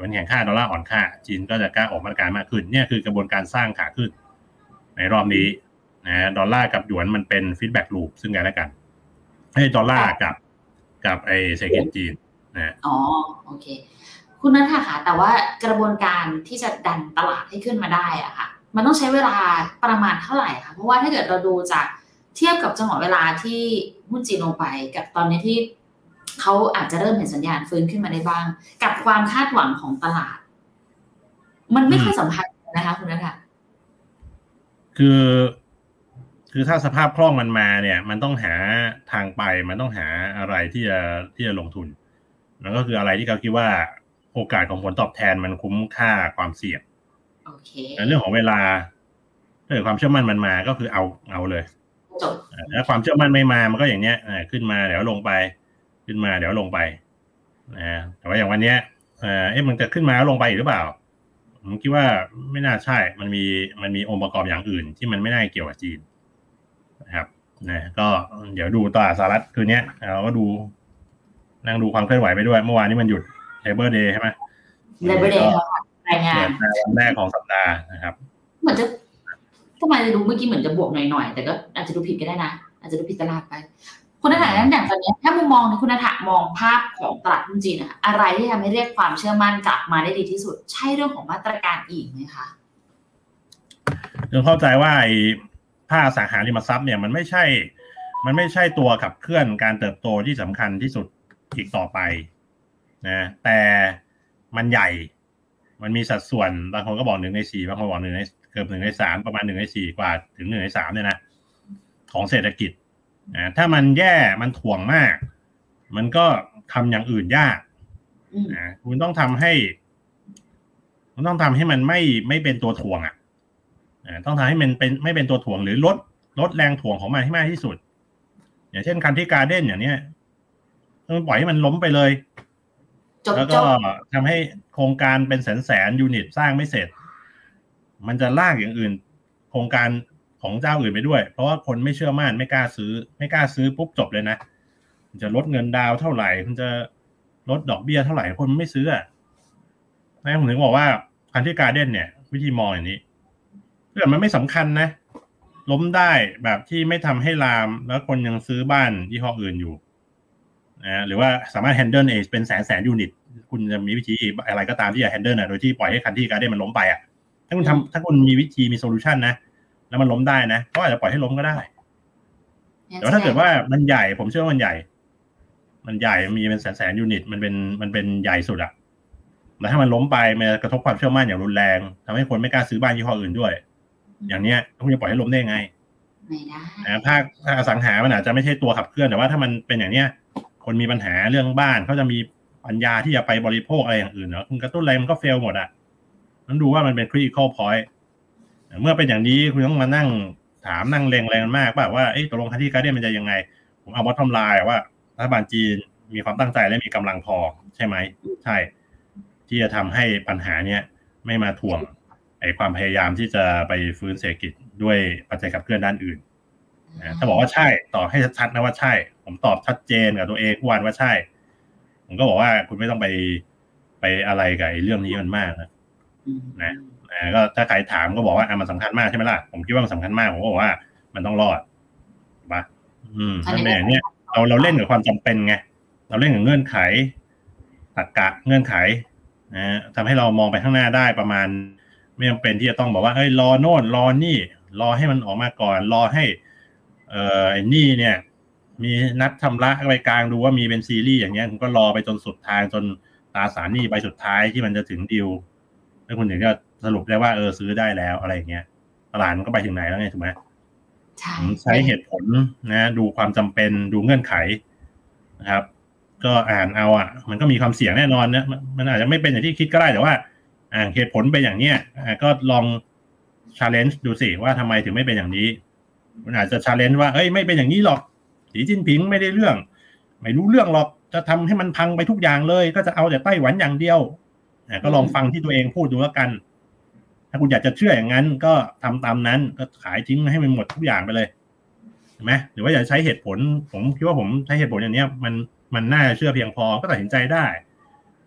Speaker 3: หยวนแข็งค่าดอลลาร์อ่อนค่าจีนก็จะกล้าออกมาตรการมากขึ้นเนี่ยคือกระบวนการสร้างขาขึ้นในรอบนี้นะดอลลาร์กับหยวนมันเป็นฟีดแบ็กลูปซึ่งกันและกันให้ดอลลาร์กับกับไอ้เศรษฐกิจจีนนะ
Speaker 2: อ๋อโอเคคุณนัทค่ะแต่ว่ากระบวนการที่จะดันตลาดให้ขึ้นมาได้อะค่ะมันต้องใช้เวลาประมาณเท่าไหร่คะเพราะว่าถ้าเกิดเราดูจากเทียบกับจังหวะเวลาที่หุ้นจีนลงไปกับตอนนี้ที่เขาอาจจะเริ่มเห็นสัญญาณฟื้นขึ้นมาได้บ้างกับความคาดหวังของตลาดมันไม่ค่อยสัมพันธ์นะคะคุณนัทค่ะ
Speaker 3: คือคือถ้าสภาพคล่องมันมาเนี่ยมันต้องหาทางไปมันต้องหาอะไรที่จะที่จะลงทุนแล้วก็คืออะไรที่เขาคิดว่าโอกาสของผลตอบแทนมันคุ้มค่าความเสี่ยง
Speaker 2: โอเค
Speaker 3: เรื่องของเวลาถ้าเกิดความเชื่อมั่นมันมาก็คือเอาเอาเลย
Speaker 2: จบ
Speaker 3: ถ้าความเชื่อมั่นไม่มามันก็อย่างเนี้ยขึ้นมาเดี๋ยวลงไปขึ้นมาเดี๋ยวลงไปนะแต่ว่าอย่างวันเนี้ยเอ๊ะมันจะขึ้นมาแล้วลงไปหรือเปล่าผมคิดว่าไม่น่าใช่มันมีมันมีองค์ประกอบอย่างอื่นที่มันไม่น่าเกี่ยวกับจีนนะครับนะก็เดี๋ยวดูตลาดสหรัฐคืนนี้เราก็ดูนั่งดูความเคลื่อนไหวไปด้วยเมื่อวานนี้มันหยุด Labor Day ใช่ไหม
Speaker 2: Labor Day รายงาน
Speaker 3: วันแรกของสัปดาห์นะครับ
Speaker 2: เหมือนจะทำไมจะดูเมื่อกี้เหมือนจะบวกหน่อยๆแต่ก็อาจจะดูผิดก็ได้นะอาจจะดูผิดตลาดไปคุณนัทอย่างอย่างตอนนี้ถ้ามุมมองในคุณนัทมองภาพของตลาดหุ้นจีนนะคะอะไรที่ทำให้เรียกความเชื่อมั่นกลับมาได้ดีที่สุดใช่เรื่องของมาตรการอีกไหมคะ
Speaker 3: ต้องเข้าใจว่าไอ้ภาคอสังหาริมทรัพย์เนี่ยมันไม่ใช่มันไม่ใช่ตัวขับเคลื่อนการเติบโตที่สำคัญที่สุดอีกต่อไปนะแต่มันใหญ่มันมีสัดส่วนบางคนก็บอกหนึ่งในสี่บางคนบอกหนึ่งในเกือบหนึ่งในสามประมาณหนึ่งในสี่กว่าถึงหนึ่งในสามเนี่ยนะของเศรษฐกิจนะถ้ามันแย่มันถ่วงมากมันก็ทำอย่างอื่นยากนะคุณต้องทำให้คุณต้องทำให้มันไม่ไม่เป็นตัวถ่วงอ่ะต้องทำให้มันเป็นไม่เป็นตัวถ่วงหรือลดลดแรงถ่วงของมันให้มากที่สุดอย่างเช่นคันที่การ์เด้นอย่างเนี้ยต้องปล่อยให้มันล้มไปเลยแล้วก็ทำให้โครงการเป็นแสนแสนยูนิตสร้างไม่เสร็จมันจะลากอย่างอื่นโครงการของเจ้าอื่นไปด้วยเพราะว่าคนไม่เชื่อมั่นไม่กล้าซื้อไม่กล้าซื้อปุ๊บจบเลยนะมันจะลดเงินดาวเท่าไหร่มันจะลดดอกเบี้ยเท่าไหร่คนไม่ซื้ออ่ะนะผมถึงบอกว่าคันที่การ์เด้นเนี่ยวิธีมองอย่างนี้เรื่องมันไม่สำคัญนะล้มได้แบบที่ไม่ทำให้ลามแล้วคนยังซื้อบ้านยี่ห้ออื่นอยู่นะหรือว่าสามารถ handle เองเป็นแสนแสนยูนิตคุณจะมีวิธีอะไรก็ตามที่จะ handle นะโดยที่ปล่อยให้คันที่การ์เด้นมันล้มไปอ่ะถ้าคุณทำถ้าคุณมีวิธีมีโซลูชันนะแล้วมันล้มได้นะก็อาจจะปล่อยให้ล้มก็ได้แต่ถ้าเกิดว่ามันใหญ่ผมเชื่อว่ามันใหญ่มันใหญ่มีเป็นแสนแสนยูนิตมันเป็นมันเป็นใหญ่สุดอ่ะแล้วถ้ามันล้มไปมันกระทบความเชื่อมั่นอย่างรุนแรงทำให้คนไม่กล้าซื้อบ้านยี่ห้ออื่นด้วยอย่างเนี้ยคุณจะปล่อยให้ล้มได้ไง
Speaker 2: ไม่ได้
Speaker 3: นะภาคภาคอสังหามันอาจจะไม่ใช่ตัวขับเคลื่อนแต่ว่าถ้ามันเป็นอย่างเนี้ยคนมีปัญหาเรื่องบ้านเขาจะมีปัญญาที่จะไปบริโภคอะไรอย่างอื่นเนาะคุณกระตุ้นอะไรมันก็เฟลหมดอ่ะต้องดูว่ามันเป็น critical point เมื่อเป็นอย่างนี้คุณต้องมานั่งถามนั่งเลงอะไรกันมากป่ะว่าเอ๊ะตกลงคันที่การ์เด้นมันจะยังไงผมเอา bottom line ว่ารัฐบาลจีนมีความตั้งใจและมีกำลังพอใช่ไหมใช่ที่จะทำให้ปัญหาเนี้ยไม่มาถ่วงไอ้ความพยายามที่จะไปฟื้นเศรษฐกิจด้วยปัจจัยขับเคลื่อนด้านอื่นนะถ้าบอกว่าใช่ตอบให้ชัดๆนะว่าใช่ผมตอบชัดเจนกับตัวเองทุกวันว่าใช่ผมก็บอกว่าคุณไม่ต้องไปไปอะไรกับไอ้เรื่องนี้มันมากนะนะก็ถ้าใครถามก็บอกว่าอ่ะมันสำคัญมากใช่ไหมล่ะผมคิดว่ามันสำคัญมากผมก็บอกว่ามันต้องรอดป่ะอืมนั่นเองเนี่ยเราเราเล่นกับความจำเป็นไงเราเล่นกับเงื่อนไขตรรกะเงื่อนไขนะทำให้เรามองไปข้างหน้าได้ประมาณไม่จำเป็นที่จะต้องบอกว่าเฮ้ยรอโน่นรอนี่รอให้มันออกมาก่อนรอให้เอ่อไอ้นี่เนี่ยมีนัดชำระไปกลางดูว่ามีเป็นซีรีส์อย่างเงี้ยคุณก็รอไปจนสุดทางจนตราสารหนี้ใบสุดท้ายที่มันจะถึงดีลแล้วคุณถึงจะสรุปได้ว่าเออซื้อได้แล้วอะไรอย่างเงี้ยตลาดมันก็ไปถึงไหนแล้วไงถูกไหมใช่ใช้เหตุผลนะดูความจำเป็นดูเงื่อนไขนะครับก็อ่านเอาอ่ะมันก็มีความเสี่ยงแน่นอนนะมันอาจจะไม่เป็นอย่างที่คิดก็ได้แต่ว่าอ่าเหตุผลเป็นอย่างเนี้ยก็ลอง challenge ดูสิว่าทำไมถึงไม่เป็นอย่างนี้มันอาจจะ challenge ว่าเอ้ยไม่เป็นอย่างนี้หรอกสีจิ้นผิงไม่ได้เรื่องไม่รู้เรื่องหรอกจะทำให้มันพังไปทุกอย่างเลยก็จะเอาแต่ไต้หวันอย่างเดียวก็ลองฟังที่ตัวเองพูดดูแล้วกันถ้าคุณอยากจะเชื่ออย่างนั้นก็ทำตามนั้นก็ขายทิ้งให้มันหมดทุกอย่างไปเลยเห็นไหมหรือว่าอยากใช้เหตุผลผมคิดว่าผมใช้เหตุผลอย่างนี้มันมันน่าเชื่อเพียงพอก็ตัดสินใจได้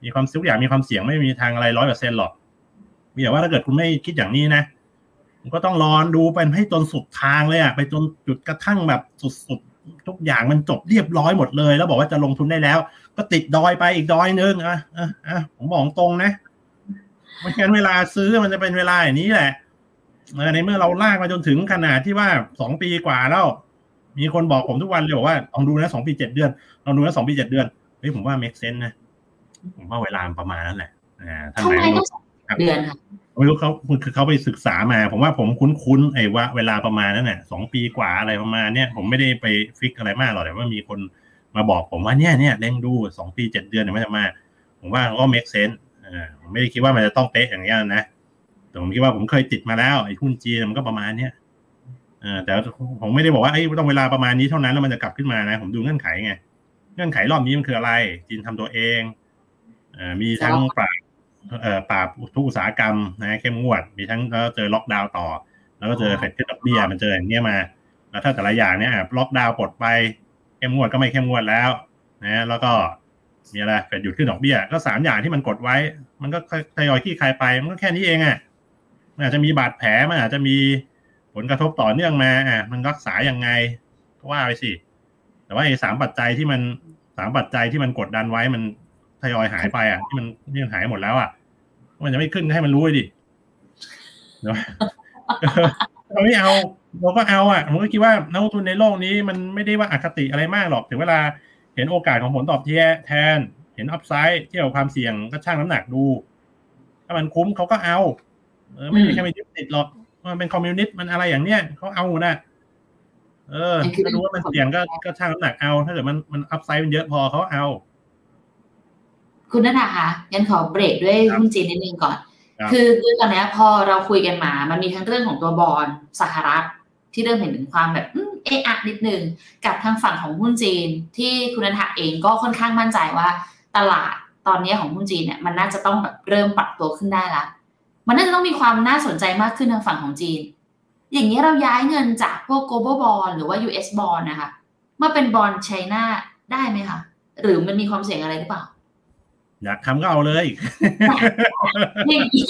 Speaker 3: มีความทุกอย่างมีความเสี่ยงไม่มีทางอะไร ร้อยเปอร์เซ็นต์ หรอกมีแต่ว่าถ้าเกิดคุณไม่คิดอย่างนี้นะคุณก็ต้องรอดูไปให้จนสุดทางเลยอ่ะไปจนจุดกระทั่งแบบสุดๆทุกอย่างมันจบเรียบร้อยหมดเลยแล้วบอกว่าจะลงทุนได้แล้วก็ติดดอยไปอีกดอยนึงอ่ะอ่ะอ่ะผมบอกตรงนะไม่งั้นเวลาซื้อมันจะเป็นเวลาอย่างนี้แหละในเมื่อเราลากมาจนถึงขนาดที่ว่าสองปีกว่าแล้วมีคนบอกผมทุกวันเลยบอกว่าลองดูนะสองปีเจ็ดเดือนลองดูนะสองปีเจ็ดเดือนเฮ้ยผมว่า make sense นะผมว่าเวลาประมาณนั้นแหละอ่าทำไมต้อง
Speaker 2: เดือนค่ะ
Speaker 3: ไม่รู้เขาคือเขาไปศึกษามาผมว่าผมคุ้นๆไอ้ว่าเวลาประมาณนั้นน่ะสองปีกว่าอะไรประมาณเนี้ยผมไม่ได้ไปฟิกอะไรมากหรอกแต่ว่ามีคนมาบอกผมว่าเนี่ยเนี่ยเร่งดูสองปีเจ็ดเดือนเนี่ยมันจะมาผมว่าก็ make sense อ่าผมไม่ได้คิดว่ามันจะต้องเป๊ะอย่างเงี้ยนะแต่ผมคิดว่าผมเคยติดมาแล้วไอ้หุ้นจีนมันก็ประมาณเนี้ยอ่าแต่ผมไม่ได้บอกว่าไอ้ต้องเวลาประมาณนี้เท่านั้นแล้วมันจะกลับขึ้นมานะผมดูเงื่อนไขไงเงื่อนไขรอบนี้มันคืออะไรจีนทำตัวเองอ่ามีทั้งปราบเอ่อปราบทุกอุตสาหกรรมนะเข้มงวดมีทั้งแล้วเจอล็อกดาวน์ต่อแล้วก็เจอเฟดขึ้นดอกเบี้ยมันเจออย่างเงี้ยมาแล้วถ้าแต่ละอย่างเนี่ยล็อกดาวน์ปลดไปเข้มงวดก็ไม่เข้มงวดแล้วนะแล้วก็มีอะไรเฟดหยุดขึ้นดอกเบี้ยก็สามอย่างที่มันกดไว้มันก็ทยอยคลี่คลายไปมันก็แค่นี้เองอ่ะมันอาจจะมีบาดแผลมันอาจจะมีผลกระทบต่อเนื่องมาอ่ะมันรักษายังไงก็ว่าไปสิแต่ว่าไอ้สามปัจจัยที่มันสามปัจจัยที่มันกดดันไว้มันทยอยหายไปอ่ะที่มันที่มันหายหมดแล้วอ่ะมันจะไม่ขึ้นให้มันรู้ดิเนาะเราไม่เอาเราก็เอาอ่ะผมก็คิดว่านักลงทุนในโลกนี้มันไม่ได้ว่าอคติอะไรมากหรอกถึงเวลาเห็นโอกาสของผลตอบแทนเห็นอัพไซด์เทียบกับความเสี่ยงก็ชั่งน้ำหนักดูถ้ามันคุ้มเขาก็เอาเออไม่มีใครไปยึดติดหรอกมันเป็นคอมมิวนิสต์มันอะไรอย่างเนี้ยเขาเอานะเออถ้ารู้ว่ามันเสี่ยงก็ก็ชั่งน้ำหนักเอาถ้าเกิดมันมันอัพไซด์มันเยอะพอเขาเอา
Speaker 2: คุณณัฐาคะงั้นขอเบรกด้วยหุ้นจีนนิดนึงก่อนคือด้วยตอนนี้พอเราคุยกันมามันมีทั้งเรื่องของตัวบอนด์สหรัฐที่เริ่มเห็นถึงความแบบเอะอะนิดนึงกับทางฝั่งของหุ้นจีนที่คุณณัฐาเองก็ค่อนข้างมั่นใจว่าตลาดตอนนี้ของหุ้นจีนเนี่ยมันน่าจะต้องแบบเริ่มปรับตัวขึ้นได้ละมันน่าจะต้องมีความน่าสนใจมากขึ้นทางฝั่งของจีนอย่างนี้เราย้ายเงินจากพวก global bond หรือว่า ยู เอส bond นะคะมาเป็นบอนด์ไชน่าได้ไหมคะหรือมันมีความเสี่ยงอะไรหรือเปล่า
Speaker 3: อยากทำก็เอาเลย
Speaker 2: อย่างนี้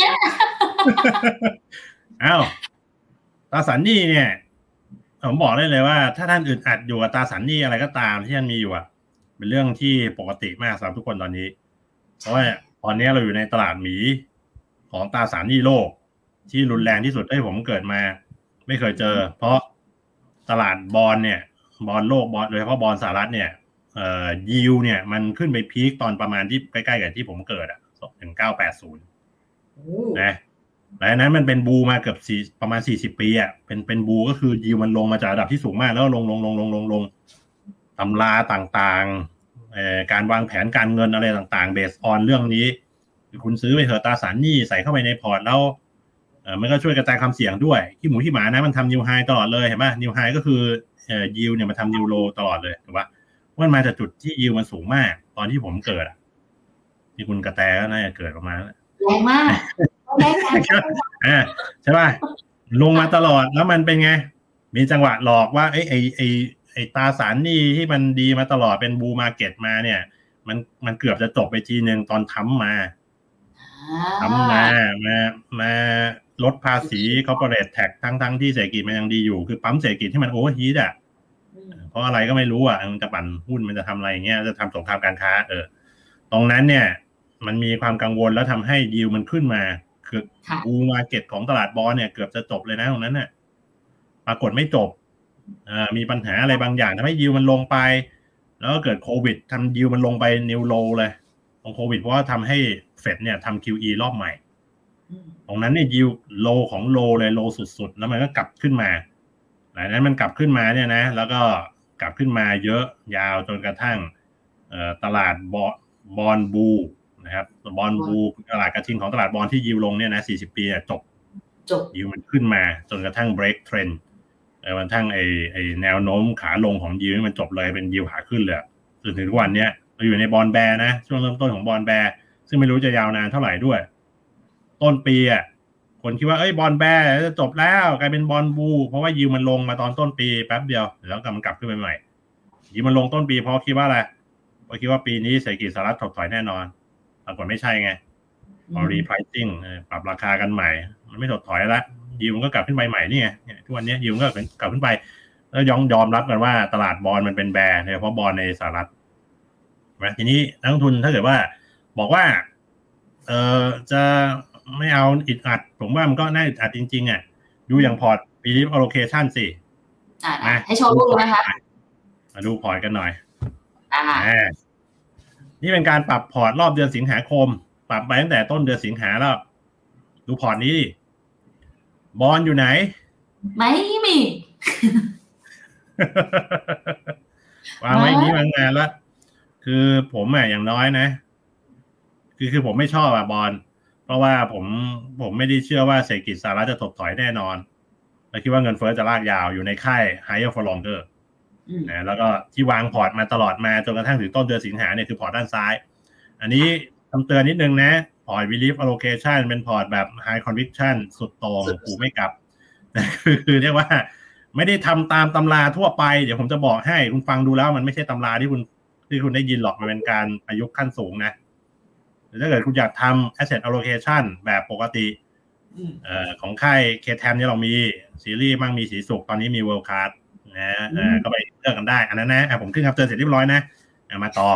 Speaker 3: อ้าวตราสารหนี้เนี่ยผมบอกได้เลยว่าถ้าท่านอึดอัดอยู่กับตราสารหนี้อะไรก็ตามที่ท่านมีอยู่อะเป็นเรื่องที่ปกติมากสำหรับทุกคนตอนนี้เพราะว่าตอนนี้เราอยู่ในตลาดหมีของตราสารหนี้โลกที่รุนแรงที่สุดที่ผมเกิดมาไม่เคยเจอเพราะตลาดบอนด์เนี่ยบอนด์โลกบอนด์โดยเฉพาะบอนด์สหรัฐเนี่ยเอ่อยิลเนี่ยมันขึ้นไปพีคตอนประมาณที่ใกล้ๆกับที่ผมเกิดอ่ะถึงเก้าแปดศูนย์นะและนั้นมันเป็นบูมาเกือบสี่ประมาณสี่สิบปีอ่ะเป็นเป็นบูก็คือยิลมันลงมาจากระดับที่สูงมากแล้วลงลงลงลงลงลงตำราต่างๆเอ่อการวางแผนการเงินอะไรต่างๆเบสออนเรื่องนี้คุณซื้อไปเถอะตราสารหนี้ใส่เข้าไปในพอร์ตแล้วเอ่อมันก็ช่วยกระจายความเสี่ยงด้วยที่หมูที่หมานะมันทำนิวไฮตลอดเลยเห็นป่ะนิวไฮก็คือเอ่อยิลเนี่ยมันทำนิวโลตลอดเลยถูกป่ะมันมาจากจุดที่ยิวมันสูงมากตอนที่ผมเกิดอ่ะที่คุณกระแตก็น่าจะเกิดประมาณนั้น
Speaker 2: แรงมากแรงมาก
Speaker 3: อ่าใช่ป่ะลงมาตลอดแล้วมันเป็นไงมีจังหวะหลอกว่าไอ้ไอ้ไอ้ไอ้ตราสารหนี้ที่มันดีมาตลอดเป็นบูมาร์เก็ตมาเนี่ยมันมันเกือบจะจบไปทีนึงตอนทำมาทำมามามาลดภาษีคอร์ปอเรทแท็กทั้งทั้งที่เศรษฐกิจมันยังดีอยู่คือปั๊มเศรษฐกิจที่มันโอเวอร์ฮีทอ่ะเพราะอะไรก็ไม่รู้อ่ะมันจะปั่นหุ้นมันจะทำอะไรอย่างเงี้ยจะทำสงครามการค้าเออตรงนั้นเนี่ยมันมีความกังวลแล้วทำให้ยิวมันขึ้นมาคือบูมาร์เก็ตของตลาดบอนด์เนี่ยเกือบจะจบเลยนะตรงนั้นน่ะปรากฏไม่จบอ่ามีปัญหาอะไรบางอย่างทำให้ยิวมันลงไปแล้วก็เกิดโควิดทำยิวมันลงไปนิวโลเลยของโควิดเพราะว่าทำให้เฟดเนี่ยทำ คิว อี รอบใหม่ตรงนั้นเนี่ยยิวโลของโลเลยโลสุดๆแล้วมันก็กลับขึ้นมาหลังนั้นมันกลับขึ้นมาเนี่ยนะแล้วก็กลับขึ้นมาเยอะยาวจนกระทั่งตลาดบอบอนบูนะครับบอนบูตลาดกระทิงของตลาดบอนที่ยิวลงเนี่ยนะสี่สิบปีจบ
Speaker 2: จบ
Speaker 3: ยิวมันขึ้นมาจนกระทั่ง break trend เออมันทั้งไอไอแนวโน้มขาลงของยิวมันจบเลยเป็นยิวขาขึ้นเลยจนถึงทุกวันเนี้ยเราอยู่ในบอนแบร์นะช่วงเริ่มต้นของบอนแบร์ซึ่งไม่รู้จะยาวนานเท่าไหร่ด้วยต้นปีอ่ะคนคิดว่าเอ้ยบอนแบร์จะจบแล้วกลายเป็นบอนบูเพราะว่ายิวมันลงมาตอนต้นปีแป๊บเดียวแล้วก็มันกลับขึ้นไปใหม่ยิวมันลงต้นปีเพราะคิดว่าอะไรเพราะคิดว่าปีนี้เศรษฐกิจสหรัฐถดถอยแน่นอนปรากฏไม่ใช่ไงพอ repricing ปรับราคากันใหม่มันไม่ถดถอยละยิวมันก็กลับขึ้นไปใหม่นี่ไงทุกวันนี้ยิวมันก็กลับขึ้นไปแล้วยอมยอมรับกันว่าตลาดบอนด์มันเป็นแบร์โดยเฉพาะบอนด์ในสหรัฐนะทีนี้นักลงทุนถ้าเกิดว่าบอกว่าเอ่อจะไม่เอาอิดอัดผมว่ามันก็น่าอิดอัดจริงๆอ่ะดูอย่างพอร์ต belief allocation สิ
Speaker 2: อ่าให้โชว์รูปนะคะ
Speaker 3: มาดูพอร์ตกันหน่อย
Speaker 2: อ่า
Speaker 3: นี่เป็นการปรับพอร์ตรอบเดือนสิงหาคมปรับไปตั้งแต่ต้นเดือนสิงหาแล้วดูพอร์ตนี้ดิบอนด์อยู่ไหน
Speaker 2: ไม่มี
Speaker 3: วางไว้นี้มานานแล้วคือผมอ่ะอย่างน้อยนะคือคือผมไม่ชอบอ่ะบอนด์เพราะว่าผมผมไม่ได้เชื่อว่าเศรษฐกิจสหรัฐจะถดถอยแน่นอนและคิดว่าเงินเฟ้อจะลากยาวอยู่ในค่าย higher for longer นะแล้วก็ที่วางพอร์ตมาตลอดมาจนกระทั่งถึงต้นเดือนสิงหาเนี่ยคือพอร์ตด้านซ้ายอันนี้คำเตือนนิดนึงนะพอร์ต belief allocation เป็นพอร์ตแบบ high conviction สุดโต่งกูไม่กลับนะคือคือเรียกว่าไม่ได้ทำตามตำราทั่วไปเดี๋ยวผมจะบอกให้คุณฟังดูแล้วมันไม่ใช่ตำราที่คุณที่คุณได้ยินหรอกมันเป็นการประยุกต์ขั้นสูงนะถ้าเกิดคุณอยากทำ asset allocation แบบปกติเอ่อของค่าย เค ที เอ เอ็ม เนี่ยเรามีซีรีส์มั่งมีสีสุกตอนนี้มี World Card นะเอ่อก็ไปเลือกกันได้อันนั้นนะผมขึ้นครับเตือนเสร็จเรียบร้อยนะมาต่อ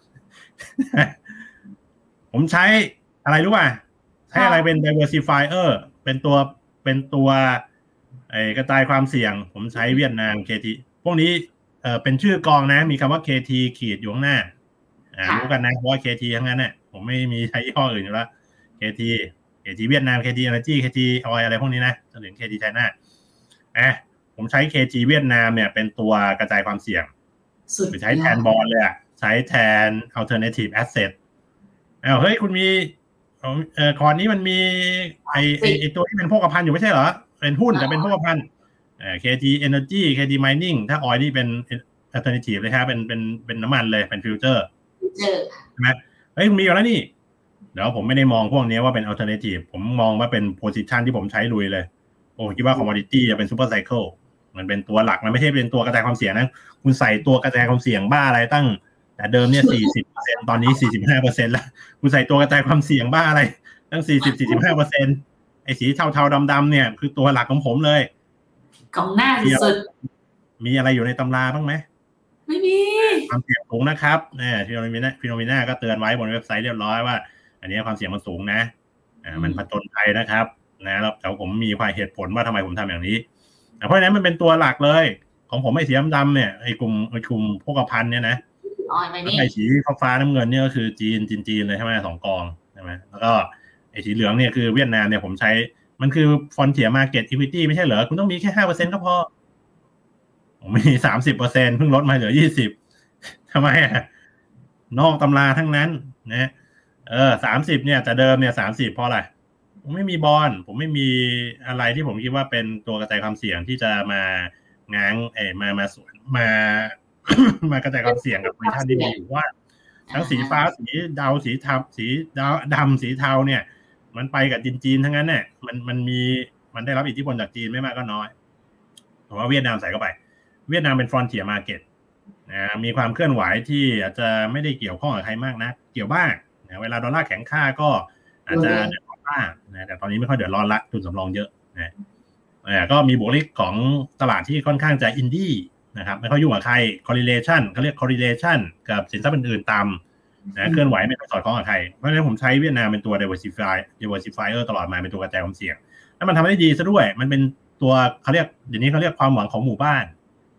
Speaker 3: ผมใช้อะไรรู้ป่ะใช้อะไรเป็น diversifier เป็นตัวเป็นตัวไอ้กระจายความเสี่ยงผมใช้เวียดนาม เค ที พวกนี้เอ่อเป็นชื่อกองนะมีคำว่า เค ที ขีดอยู่ข้างหน้าอ่ารู้กันนะเพราะว่า เค ที ทั้งนั้นน่ะผมไม่มีใช้ยี่ห้ออื่นอยู่แล้ว เค ที เค ที เวียดนาม เค ที Energy เค ที Oil อะไรพวกนี้นะจนถึง เค ที China อ่ะผมใช้ เค ที เวียดนามเนี่ยเป็นตัวกระจายความเสี่ยงไปใช้แทนบอนด์เลยอ่ะใช้แทน alternative asset อ้าวเฮ้ยคุณมีเอ่อคอนนี้มันมีไอไอไอตัวที่เป็นพวกพันอยู่ไม่ใช่เหรอเป็นหุ้นแต่เป็นพวกพันเอ่อ เค ที Energy เค ที Mining ถ้า Oil นี่เป็น alternative เลยครับเป็นเป็นเป็นน้ำมันเลยเป็นฟิวเจอร์ใช่ไหมเฮ้ยมีอยู่แล้วนี่เดี๋ยวผมไม่ได้มองพวกนี้ว่าเป็น alternative ผมมองว่าเป็น position ที่ผมใช้ลุยเลยผมคิดว่า commodity จะเป็น super cycle มันเป็นตัวหลักมันไม่ใช่เป็นตัวกระจายความเสี่ยงนะคุณใส่ตัวกระจายความเสี่ยงบ้าอะไรตั้งแต่เดิมเนี่ย สี่สิบเปอร์เซ็นต์ ตอนนี้ สี่สิบห้าเปอร์เซ็นต์ แล้วคุณใส่ตัวกระจายความเสี่ยงบ้าอะไรตั้ง สี่สิบ สี่สิบห้าเปอร์เซ็นต์ ไอ้สีเทาๆดำๆเนี่ยคือตัวหลักของผมเลย
Speaker 2: กองหน้าสุด
Speaker 3: มีอะไรอยู่ในตำราบ้างไหม
Speaker 2: ไม่มี
Speaker 3: ความเสี่ยงสูงนะครับเนี่ยฟิโนเมนาฟิโนเมนาก็เตือนไว้บนเว็บไซต์เรียบร้อยว่าอันนี้ความเสี่ยงมันสูงนะอ่ามันผจญภัยนะครับนะแล้วแต่ผมมีความเหตุผลว่าทำไมผมทำอย่างนี้เพราะฉะนั้นมันเป็นตัวหลักเลยของผมไอ้สีดำๆเนี่ยไอ้กลุ่มไอ้กลุ่มพวกกระพันเนี่ยนะไอ้สีฟ้าน้ำเงินเนี่ยก็คือจีนจีนจีนเลยใช่ไหมสองกองใช่ไหมแล้วก็ไอ้สีเหลืองเนี่ยคือเวียดนามเนี่ยผมใช้มันคือ Frontier Market Equity ไม่ใช่เหรอคุณต้องมีแค่ ห้าเปอร์เซ็นต์ ก็พอผมมี สามสิบเปอร์เซ็นต์ เพิ่งลดมาเหลือยี่สิบทำไมอ่ะนอกตำราทั้งนั้นนะเออสามสิบเนี่ยแต่เดิมเนี่ยสามสิบเพราะอะไรผมไม่มีบอนด์ผมไม่มีอะไรที่ผมคิดว่าเป็นตัวกระจายความเสี่ยงที่จะมาง้างเออมามาสวนมามากระจายความเสี่ยงกับในท่านที่มีอยู่ว่าทั้งสีฟ้าสีดาวสีเทาสีดาวดำสีเทาเนี่ยมันไปกับจีนจีนทั้งนั้นเนี่ยมันมันมีมันได้รับอิทธิพลจากจีนไม่มากก็น้อยผมว่าเวียดนามใส่เข้าไปเวียดนามเป็น frontier market นะมีความเคลื่อนไหวที่อาจจะไม่ได้เกี่ยวข้องกับใครมากนะเกี่ยวบ้างนะเวลาดอลลาร์แข็งค่าก็อาจจะเดือดร้อนบ้างนะแต่ตอนนี้ไม่ค่อยเดือดร้อนละทุนสำรองเยอะนะก็มีบุคลิกของตลาดที่ค่อนข้างจะอินดี้นะครับไม่ค่อยยุ่งกับใคร correlation เขาเรียก correlation กับสินทรัพย์อื่นๆต่ำนะเคลื่อนไหวไม่ค่อยสอดคล้องกับใครเพราะฉะนั้นผมใช้เวียดนามเป็นตัว diversify diversifier ตลอดมาเป็นตัวกระจายความเสี่ยงแล้วมันทำได้ดีซะด้วยมันเป็นตัวเขาเรียกเดี๋ยวนี้เขาเรียกความหวังของหมู่บ้าน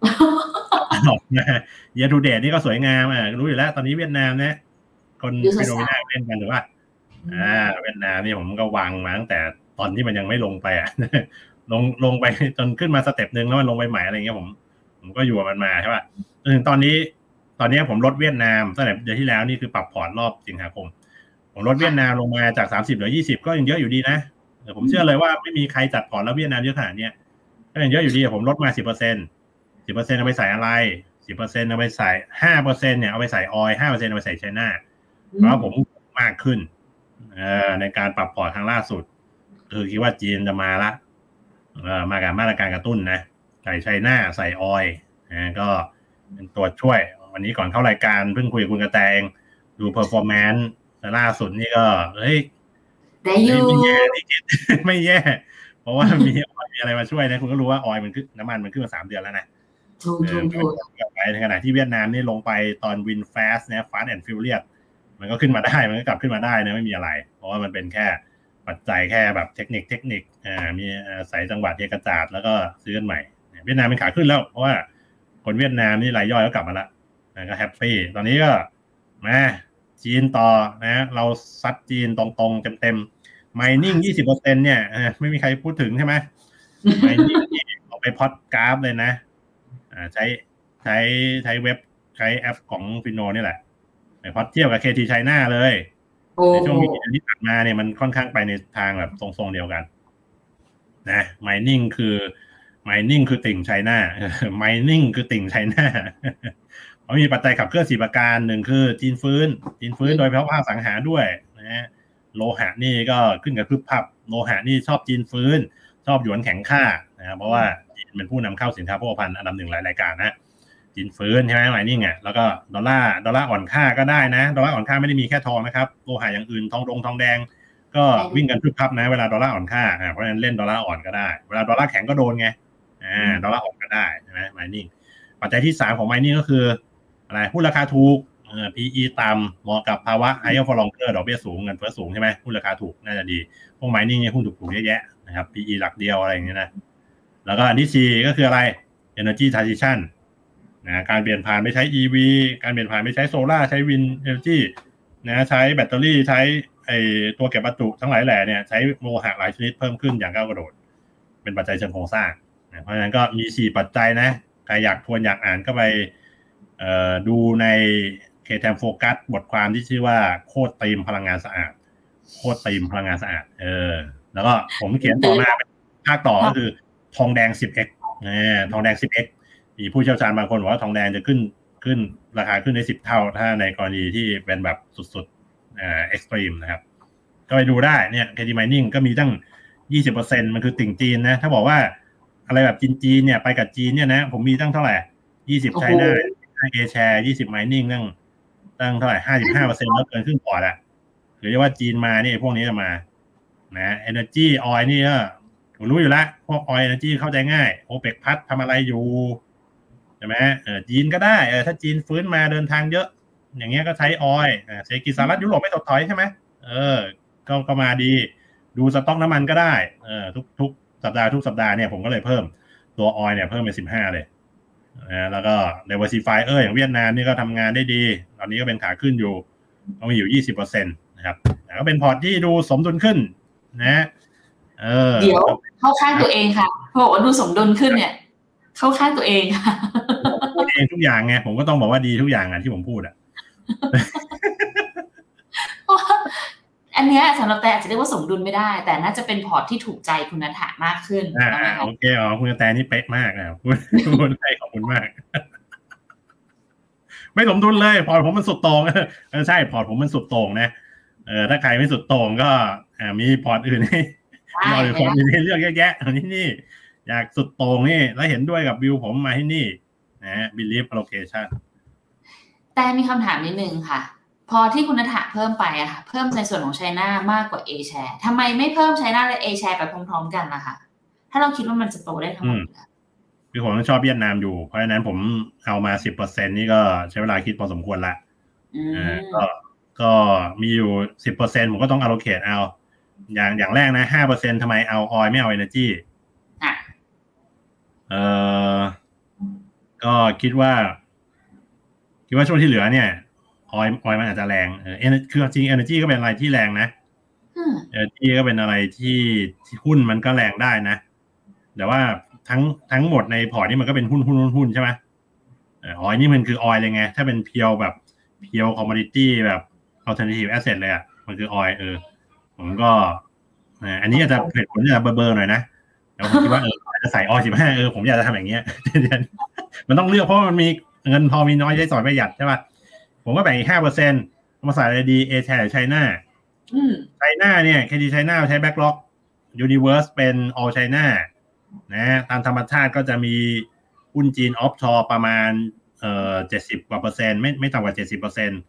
Speaker 3: เยทูเดตนี่ก็สวยงามอ่ะรู้อยู่แล้วตอนนี้เวียดนามเนี่ยคนฟิโนเมนาเล่นกันหรือว่าอ่าเวียดนามนี่ผมก็วางมาตั้งแต่ตอนที่มันยังไม่ลงไปอ่ะลงลงไปจนขึ้นมาสเต็ปนึงแล้วมันลงไปใหม่อะไรเงี้ยผมผมก็อยู่กับมันมาใช่ป่ะจนถึงตอนนี้ตอนนี้ผมลดเวียดนามตั้งแต่เดือนที่แล้วนี่คือปรับพอร์ตรอบสิงหาคมผมลดเวียดนามลงมาจากสามสิบเหลือยี่สิบก็ยังเยอะอยู่ดีนะแต่ผมเชื่อเลยว่าไม่มีใครจัดพอร์ตแล้วเวียดนามเยอะขนาดนี้ก็ยังเยอะอยู่ดีผมลดมา สิบเปอร์เซ็นต์ สิบเปอร์เซ็นต์ เอาไปใส่อะไร สิบเปอร์เซ็นต์ เอาไปใส่ ห้าเปอร์เซ็นต์ เนี่ยเอาไปใส่ออยล์ ห้าเปอร์เซ็นต์ เอาไปใส่ไชน่าเพราะผมมากขึ้นเอ่อในการปรับพอร์ตครั้งล่าสุดคือคิดว่าจีนจะมาละเอ่อมากับมาตรการกระตุ้นนะใส่ไชน่าใส่ออยล์นะก็เป็นตัวช่วยวันนี้ก่อนเข้ารายการเพิ่งคุยกับคุณกระแตงดู performance แต่ล่าสุดนี่ก็เฮ้ย
Speaker 2: ได้อยู่
Speaker 3: ไม่แย่ไม่แย่เพราะว่ามีออยมีอะไรมาช่วยนะคุณก็รู้ว่าออยมันขึ้นน้ำมันมันขึ้นมาสามเดือนแล้วนะ
Speaker 2: ถูกถูกถูก
Speaker 3: ไปในขณะที่เวียดนามนี่ลงไปตอนวินแฟสนะ Fast and Furious มันก็ขึ้นมาได้มันก็กลับขึ้นมาได้นะไม่มีอะไรเพราะว่ามันเป็นแค่ปัจจัยแค่แบบเทคนิคเทคนิคอ่ามีอาศัยจังหวะเทกระจาดแล้วก็ซื้อกันใหม่เวียดนามเป็นขาขึ้นแล้วเพราะว่าคนเวียดนามนี่รายย่อยก็กลับมาแล้วนะก็แฮปปี้ตอนนี้ก็มาจีนต่อนะเราซัดจีนตรงๆเต็มๆ mining ยี่สิบเปอร์เซ็นต์ เนี่ยไม่มีใครพูดถึงใช่ไหม mining นี่เอาไปพอดกราฟเลยนะอ่าใช้ใช้ใช้เว็บใช้แอปของฟิโนนี่แหละไปพอดเทียบกับ เค ที China เลยในช่วงวิกฤตที่ผ่านมาเนี่ยมันค่อนข้างไปในทางแบบทรงๆเดียวกันนะ mining คือ mining คือติ่งไชน่า mining คือติ่งไชน่าเพราะมีปัจจัยขับเคลื่อนสี่ประการหนึ่งคือจีนฟื้นจีนฟื้นโดยเฉพาะภาคสังหาด้วยนะโลหะนี่ก็ขึ้นกับพึบพับโลหะนี่ชอบจีนฟื้นชอบหยวนแข็งค่านะเพราะว่าจีนเป็นผู้นำเข้าสินค้าโภคภัณฑ์อันดับหนึ่งหลายรายการนะจีนฟื้นใช่ไหม mining อ่ะแล้วก็ดอลลาร์ดอลลาร์อ่อนค่าก็ได้นะดอลลาร์อ่อนค่าไม่ได้มีแค่ทองนะครับโลหะอย่างอื่นทองดงทองแดงก็วิ่งกันพึบพับนะเวลาดอลลาร์อ่อนค่าอ่าเพราะฉะนั้นเล่นดอลลาร์อ่อนก็ได้เวลาดอลลาร์แข็งก็โดนไงอ่าดอลลาร์อ่อนก็ได้ใช่ไหม mining ปัจจัยที่สามของ mining ก็คืออะไรหุ้นราคาถูกเอ่อ พี อี ต่ำเหมาะกับภาวะ higher for longer ดอกเบี้ยสูงเงินเฟ้อสูงใช่ไหมหุ้นราคาถูกน่าจะดีพวก mining เนี่ยหุ้นถูกๆเยอะแยะนะครับ พี อี หลักเดียวอะไรอย่างเงี้ยนะแล้วก็อันที่สี่ก็คืออะไร energy transition นะการเปลี่ยนผ่านไปใช้ อี วี การเปลี่ยนผ่านไปใช้โซล่าใช้ wind energy นะใช้แบตเตอรี่ใช้ไอตัวเก็บวัตถุทั้งหลายแหล่เนี่ยใช้โลหะหลายชนิดเพิ่มขึ้นอย่างก้าวกระโดดเป็นปัจจัยเชิงโครงสร้างนะเพราะฉะนั้นก็มีสี่ปัจจัยนะใครอยากทวนอยากอ่านก็ไปเอ่อดูใน K-Time Focus บทความที่ชื่อว่าโคตรธีมพลังงานสะอาดโคตรธีมพลังงานสะอาดเออแล้วก็ผมเขียนต่อมาเป็นภาคต่อก็คือทองแดง สิบเอ็กซ์ นะทองแดง สิบเอ็กซ์ มีผู้เชี่ยวชาญบางคนบอกว่าทองแดงจะขึ้นขึ้นราคาขึ้นได้สิบเท่าถ้าในกรณีที่เป็นแบบสุดๆเอ่อ extreme นะครับก็ไปดูได้เนี่ย เค ที Mining ก็มีตั้ง ยี่สิบเปอร์เซ็นต์ มันคือติ่งจีนนะถ้าบอกว่าอะไรแบบจีนๆเนี่ยไปกับจีนเนี่ยนะผมมีตั้งเท่าไหร่ยี่สิบ China A share ยี่สิบ Mining ตั้งตั้งเท่าไหร่ ห้าสิบห้าเปอร์เซ็นต์ แล้วเกินครึ่งพอร์ตอ่ะหรือว่าจีนมานี่พวกนี้จะมานะ Energy Oil นี่ก็ผมรู้อยู่แล้วพวก Oil Energy เข้าใจง่าย OPEC พัดทำอะไรอยู่ใช่ไหมเออจีนก็ได้เออถ้าจีนฟื้นมาเดินทางเยอะอย่างเงี้ยก็ใช้ออยล์เศรษฐกิจสหรัฐยุโรปไม่ถดถอยใช่ไหมเออก็ก็มาดีดูสต็อกน้ำมันก็ได้เออทุกทุกสัปดาห์ทุกสัปดาห์เนี่ยผมก็เลยเพิ่มตัวออยล์เนี่ยเพิ่มเป็นสิบห้าเลยนะแล้วก็ diversify เอออย่างเวียดนามนี่ก็ทำงานได้ดีตอนนี้ก็เป็นขาขึ้นอยู่ก็มีอยู่ ยี่สิบเปอร์เซ็นต์ นะครับแต่ก็เป็นพอร์ตที่ดูสมดุลขึ้นนะเออ
Speaker 2: เดี๋ยวเข้าข้างตัวเองค่ะเพราะว่าดูสมดุลขึ้นเนี่ยเข้าข้างตัวเองค่ะ
Speaker 3: พูดเองทุกอย่างไงผมก็ต้องบอกว่าดีทุกอย่างอ่ะที่ผมพูดอ่ะ
Speaker 2: อันนี้สำหรับแต่อาจจะเรียกว่าสมดุลไม่ได้แต่น่าจะเป็นพอร์ตที่ถูกใจคุณณัฐามากขึ้น
Speaker 3: อ่าโอเคอ๋อคุณแต่นี่เป๊ะมากนะพูดพูดให้ขอบคุณมากไม่สมดุลเลยพอร์ตผมมันสุดโต่งเออใช่พอร์ตผมมันสุดโต่งนะเออถ้าใครไม่สุดโต่งก็อ่ามีพอร์ตอื่นให้มีพอร์ตอื่นให้เลือกเยอะแยะนี่นี่อยากสุดโต่งนี่แล้วเห็นด้วยกับวิวผมมาที่นี่นะ belief allocation
Speaker 2: แต่มีคำถามนิดนึงค่ะพอที่คุณณัฐเพิ่มไปอะค่ะเพิ่มในส่วนของ China มากกว่า A share ทำไมไม่เพิ่ม China และ A share ไปพร้อมๆกันล่ะคะถ้าเราคิดว่ามันจะโตได้ทั้งหมด
Speaker 3: คือผมชอบเวียดนามอยู่เพราะฉะนั้นผมเอามา สิบเปอร์เซ็นต์ นี่ก็ใช้เวลาคิดพอสมควรละอ่าก็ก็มีอยู่ สิบเปอร์เซ็นต์ ผมก็ต้อง allocate เอาอย่างอย่างแรกนะ ห้าเปอร์เซ็นต์ ทำไมเอา oil ไม่เอา energy
Speaker 2: อ่ะ
Speaker 3: เอ่อก็คิดว่าคิดว่าช่วงที่เหลือเนี่ย oil oil มันอาจจะแรงเออคือจริง energy ก็เป็นอะไรที่แรงนะ energy ก็เป็นอะไรที่ที่หุ้นมันก็แรงได้นะแต่ว่าทั้งทั้งหมดในพอร์ตนี่มันก็เป็นหุ้นหุ้นหุ้นใช่ไหมออยนี่มันคือออยเลยไงถ้าเป็นเพียวแบบเพียวคอมมอดิตี้แบบ alternative asset เลยอ่ะมันคือออยเออผมก็อันนี้อาจจะเหตุผลจะเบอร์เบอร์หน่อยนะแต่ผมคิดว่าเออจะใส่ออยสิบห้าเออผมอยากจะทำอย่างเงี้ยมันต้องเลือกเพราะมันมีเงินพอมีน้อยใช้สอยประหยัดใช่ป่ะผมก็แบ่งอีกห้าเปอร์เซ็นต์มาใส่อะไรดี A share China China เนี่ย เค ที China ใช้ backlog Universe เป็น all Chinaนะตามธรรมชาติก็จะมีหุ้นจีนออฟชอร์ประมาณเอ่อเจ็ดสิบกว่าเปอร์เซ็นต์ไม่ไม่ต่ำกว่า เจ็ดสิบเปอร์เซ็นต์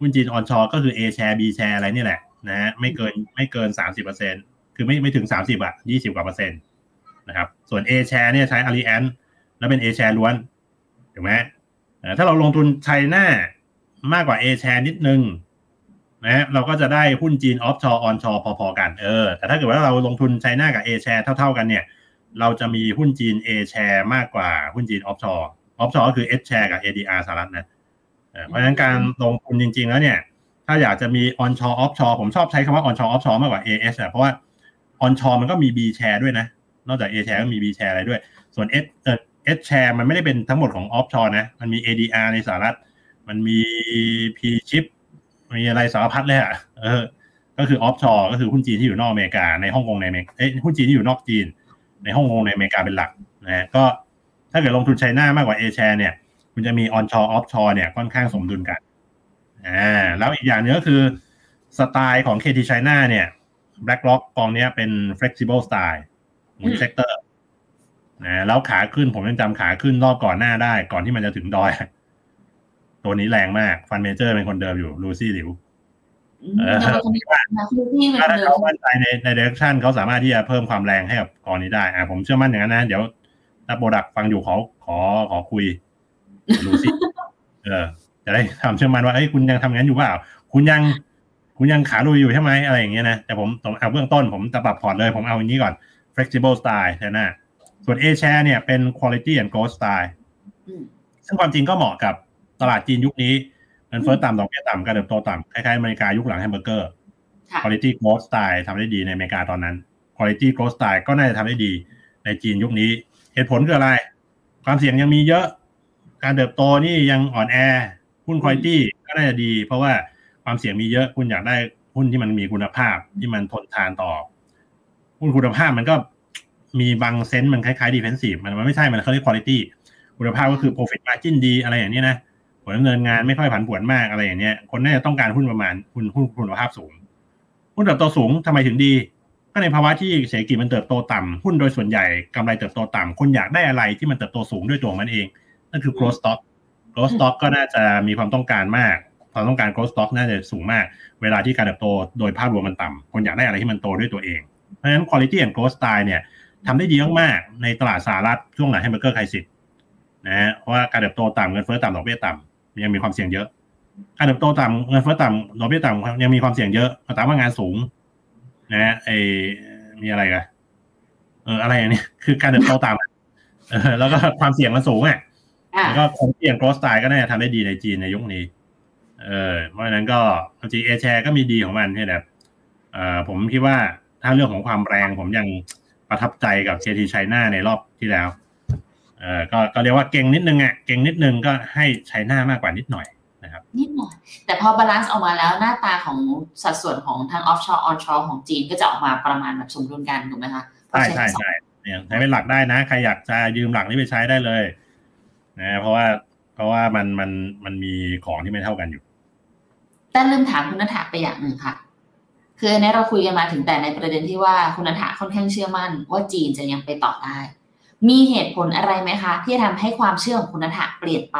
Speaker 3: หุ้นจีนออนชอร์ก็คือ A share B share อะไรนี่แหละนะฮะไม่เกินไม่เกิน สามสิบเปอร์เซ็นต์ คือไม่ไม่ถึงสามสิบอ่ะยี่สิบกว่าเปอร์เซ็นต์นะครับส่วน A share เนี่ยใช้ Allianz แล้วเป็น A share ล้วนถูกไหมถ้าเราลงทุนไชน่ามากกว่า A share นิดนึงนะเราก็จะได้หุ้นจีน offshore onshore พอๆกันเออแต่ถ้าเกิดว่าเราลงทุนไชน่ากับ A share เท่าๆกันเนี่ยเราจะมีหุ้นจีน A share มากกว่าหุ้นจีน offshore offshore ก็คือ H share กับ เอ ดี อาร์ สหรัฐนะเพราะฉะนั้นการลงทุนจริงๆแล้วเนี่ยถ้าอยากจะมี onshore offshore ผมชอบใช้คำว่า onshore offshore มากกว่า เอ เอช อ่ะเพราะว่า onshore มันก็มี B share ด้วยนะนอกจาก A share ก็มี B share อะไรด้วยส่วน H เอ่อ H share มันไม่ได้เป็นทั้งหมดของ offshore นะมันมี เอ ดี อาร์ ในสหรัฐมันมี P chip มีอะไรสารพัดเลยอ่ะเออก็คือ offshore ก็คือหุ้นจีนที่อยู่นอกอเมริกาในฮ่องกงในอเมริกาเอ้ยหุ้นจีนที่อยู่นอกจีนในฮ่องกงในอเมริกาเป็นหลักนะก็ถ้าเกิดลงทุนไชน่ามากกว่า A share เนี่ยคุณจะมี onshore offshore เนี่ยค่อนข้างสมดุลกันอ่าแล้วอีกอย่างนึงก็คือสไตล์ของ เค ที China เนี่ย BlackRock กองเนี้ยเป็น flexible style หมุนเซกเตอร์นะแล้วขาขึ้นผมยังจำขาขึ้นรอบก่อนหน้าได้ก่อนที่มันจะถึงดอยตัวนี้แรงมากฟันเมเจอร์เป็นคนเดิมอยู่ลูซี่หลิวเออถ้าเขามั่นใจในใน direction เขาสามารถที่จะเพิ่มความแรงให้กับกองนี้ได้อ่าผมเชื่อมั่นอย่างนั้นนะเดี๋ยวถ้าโปรดักต์ฟังอยู่ขอขอขอคุยลูซี่เออจะได้ทำเชื่อมั่นว่าเอ้ยคุณยังทำงั้นอยู่เปล่าคุณยังคุณยังขาลุยอยู่ใช่ไหมอะไรอย่างเงี้ยนะแต่ผมผมเอาเบื้องต้นผมจะปรับพอร์ตเลยผมเอาอย่างนี้ก่อน flexible style ใช่ไหมส่วน A share เนี่ยเป็น quality and growth style ซึ่งความจริงก็เหมาะกับตลาดจีนยุคนี้เงินเฟ้อต่ำดอกเบี้ยต่ำการเติบโตต่ำคล้ายๆอเมริกายุคหลังแฮมเบอร์เกอร์ quality growth style ทำได้ดีในอเมริกาตอนนั้น quality growth style ก็น่าจะทำได้ดีในจีนยุคนี้เหตุผลคืออะไรความเสี่ยงยังมีเยอะการเติบโตนี่ยังอ่อนแอหุ้น quality ก็น่าจะดีเพราะว่าความเสี่ยงมีเยอะคุณอยากได้หุ้นที่มันมีคุณภาพที่มันทนทานต่อหุ้นคุณภาพมันก็มีบางเซนส์มันคล้ายๆ defensive มันมันไม่ใช่มันเขาเรียก quality คุณภาพก็คือ profit margin ดีอะไรอย่างนี้นะผลดำเนินงานไม่ค่อยผันผวนมากอะไรอย่างเนี้ยคนน่าจะต้องการหุ้นประมาณหุ้นหุ้นคุณภาพสูงหุ้นเติบโตสูงทำไมถึงดีก็ในภาวะที่เศรษฐกิจมันเติบโตต่ำหุ้นโดยส่วนใหญ่กำไรเติบโตต่ำคนอยากได้อะไรที่มันเติบโตสูงด้วยตัวมันเองนั่นคือ growth stock growth stock ก็น่าจะมีความต้องการมากความต้องการ growth stock น่าจะสูงมากเวลาที่การเติบโตโดยภาพรวมมันต่ำคนอยากได้อะไรที่มันโตด้วยตัวเองเพราะฉะนั้น quality and growth style เนี่ยทำได้ดีมากๆในตลาดสหรัฐช่วงหลังแฮมเบอร์เกอร์ไครซิสนะฮะเพราะว่าการเติบโตต่ำเงินเฟ้อต่ำดอกเบี้ยต่ำยังมีความเสี่ยงเยอะการเติบโตต่ำเงินเฟ้อต่ำดอกเบี้ยต่ำยังมีความเสี่ยงเยอะแต่ว่างานสูงนะฮะไอ้มีอะไรกันเอออะไรอย่างนี้คือการเติบโตต่ำเออแล้วก็ความเสี่ยงมันสูงอ่ะแล้วก็คนที่อย่าง growth style ก็น่าจะทำได้ดีในจีนในยุคนี้เออเพราะฉะนั้นก็จริง A share ก็มีดีของมันที่แบบเอ่อผมคิดว่าถ้าเรื่องของความแรงผมยังประทับใจกับ เค ที China ในรอบที่แล้วเออก็ก็เรียกว่าเก่งนิดนึงอ่ะเก่งนิดนึงก็ให้ China มากกว่านิดหน่อยนะครับ
Speaker 2: นิดหน่อยแต่พอบาลานซ์ออกมาแล้วหน้าตาของสัดส่วนของทั้ง offshore onshore ของจีนก็จะออกมาประมาณแบบสมดุลกันถูกไหมคะ
Speaker 3: ใช่ใช่ใช่เนี่ยใช้เป็นหลักได้นะใครอยากจะยืมหลักนี้ไปใช้ได้เลยนะเพราะว่าเพราะว่ามันมันมันมีของที่ไม่เท่ากันอยู่
Speaker 2: แต่ลืมถามคุณณฐาไปอย่างหนึ่งค่ะคืออันนี้เราคุยกันมาถึงแต่ในประเด็นที่ว่าคุณณฐาค่อนข้างเชื่อมั่นว่าจีนจะยังไปต่อได้มีเหตุผลอะไรไหมคะที่ทำให้ความเชื่อของคุณณฐาเปลี่ยนไป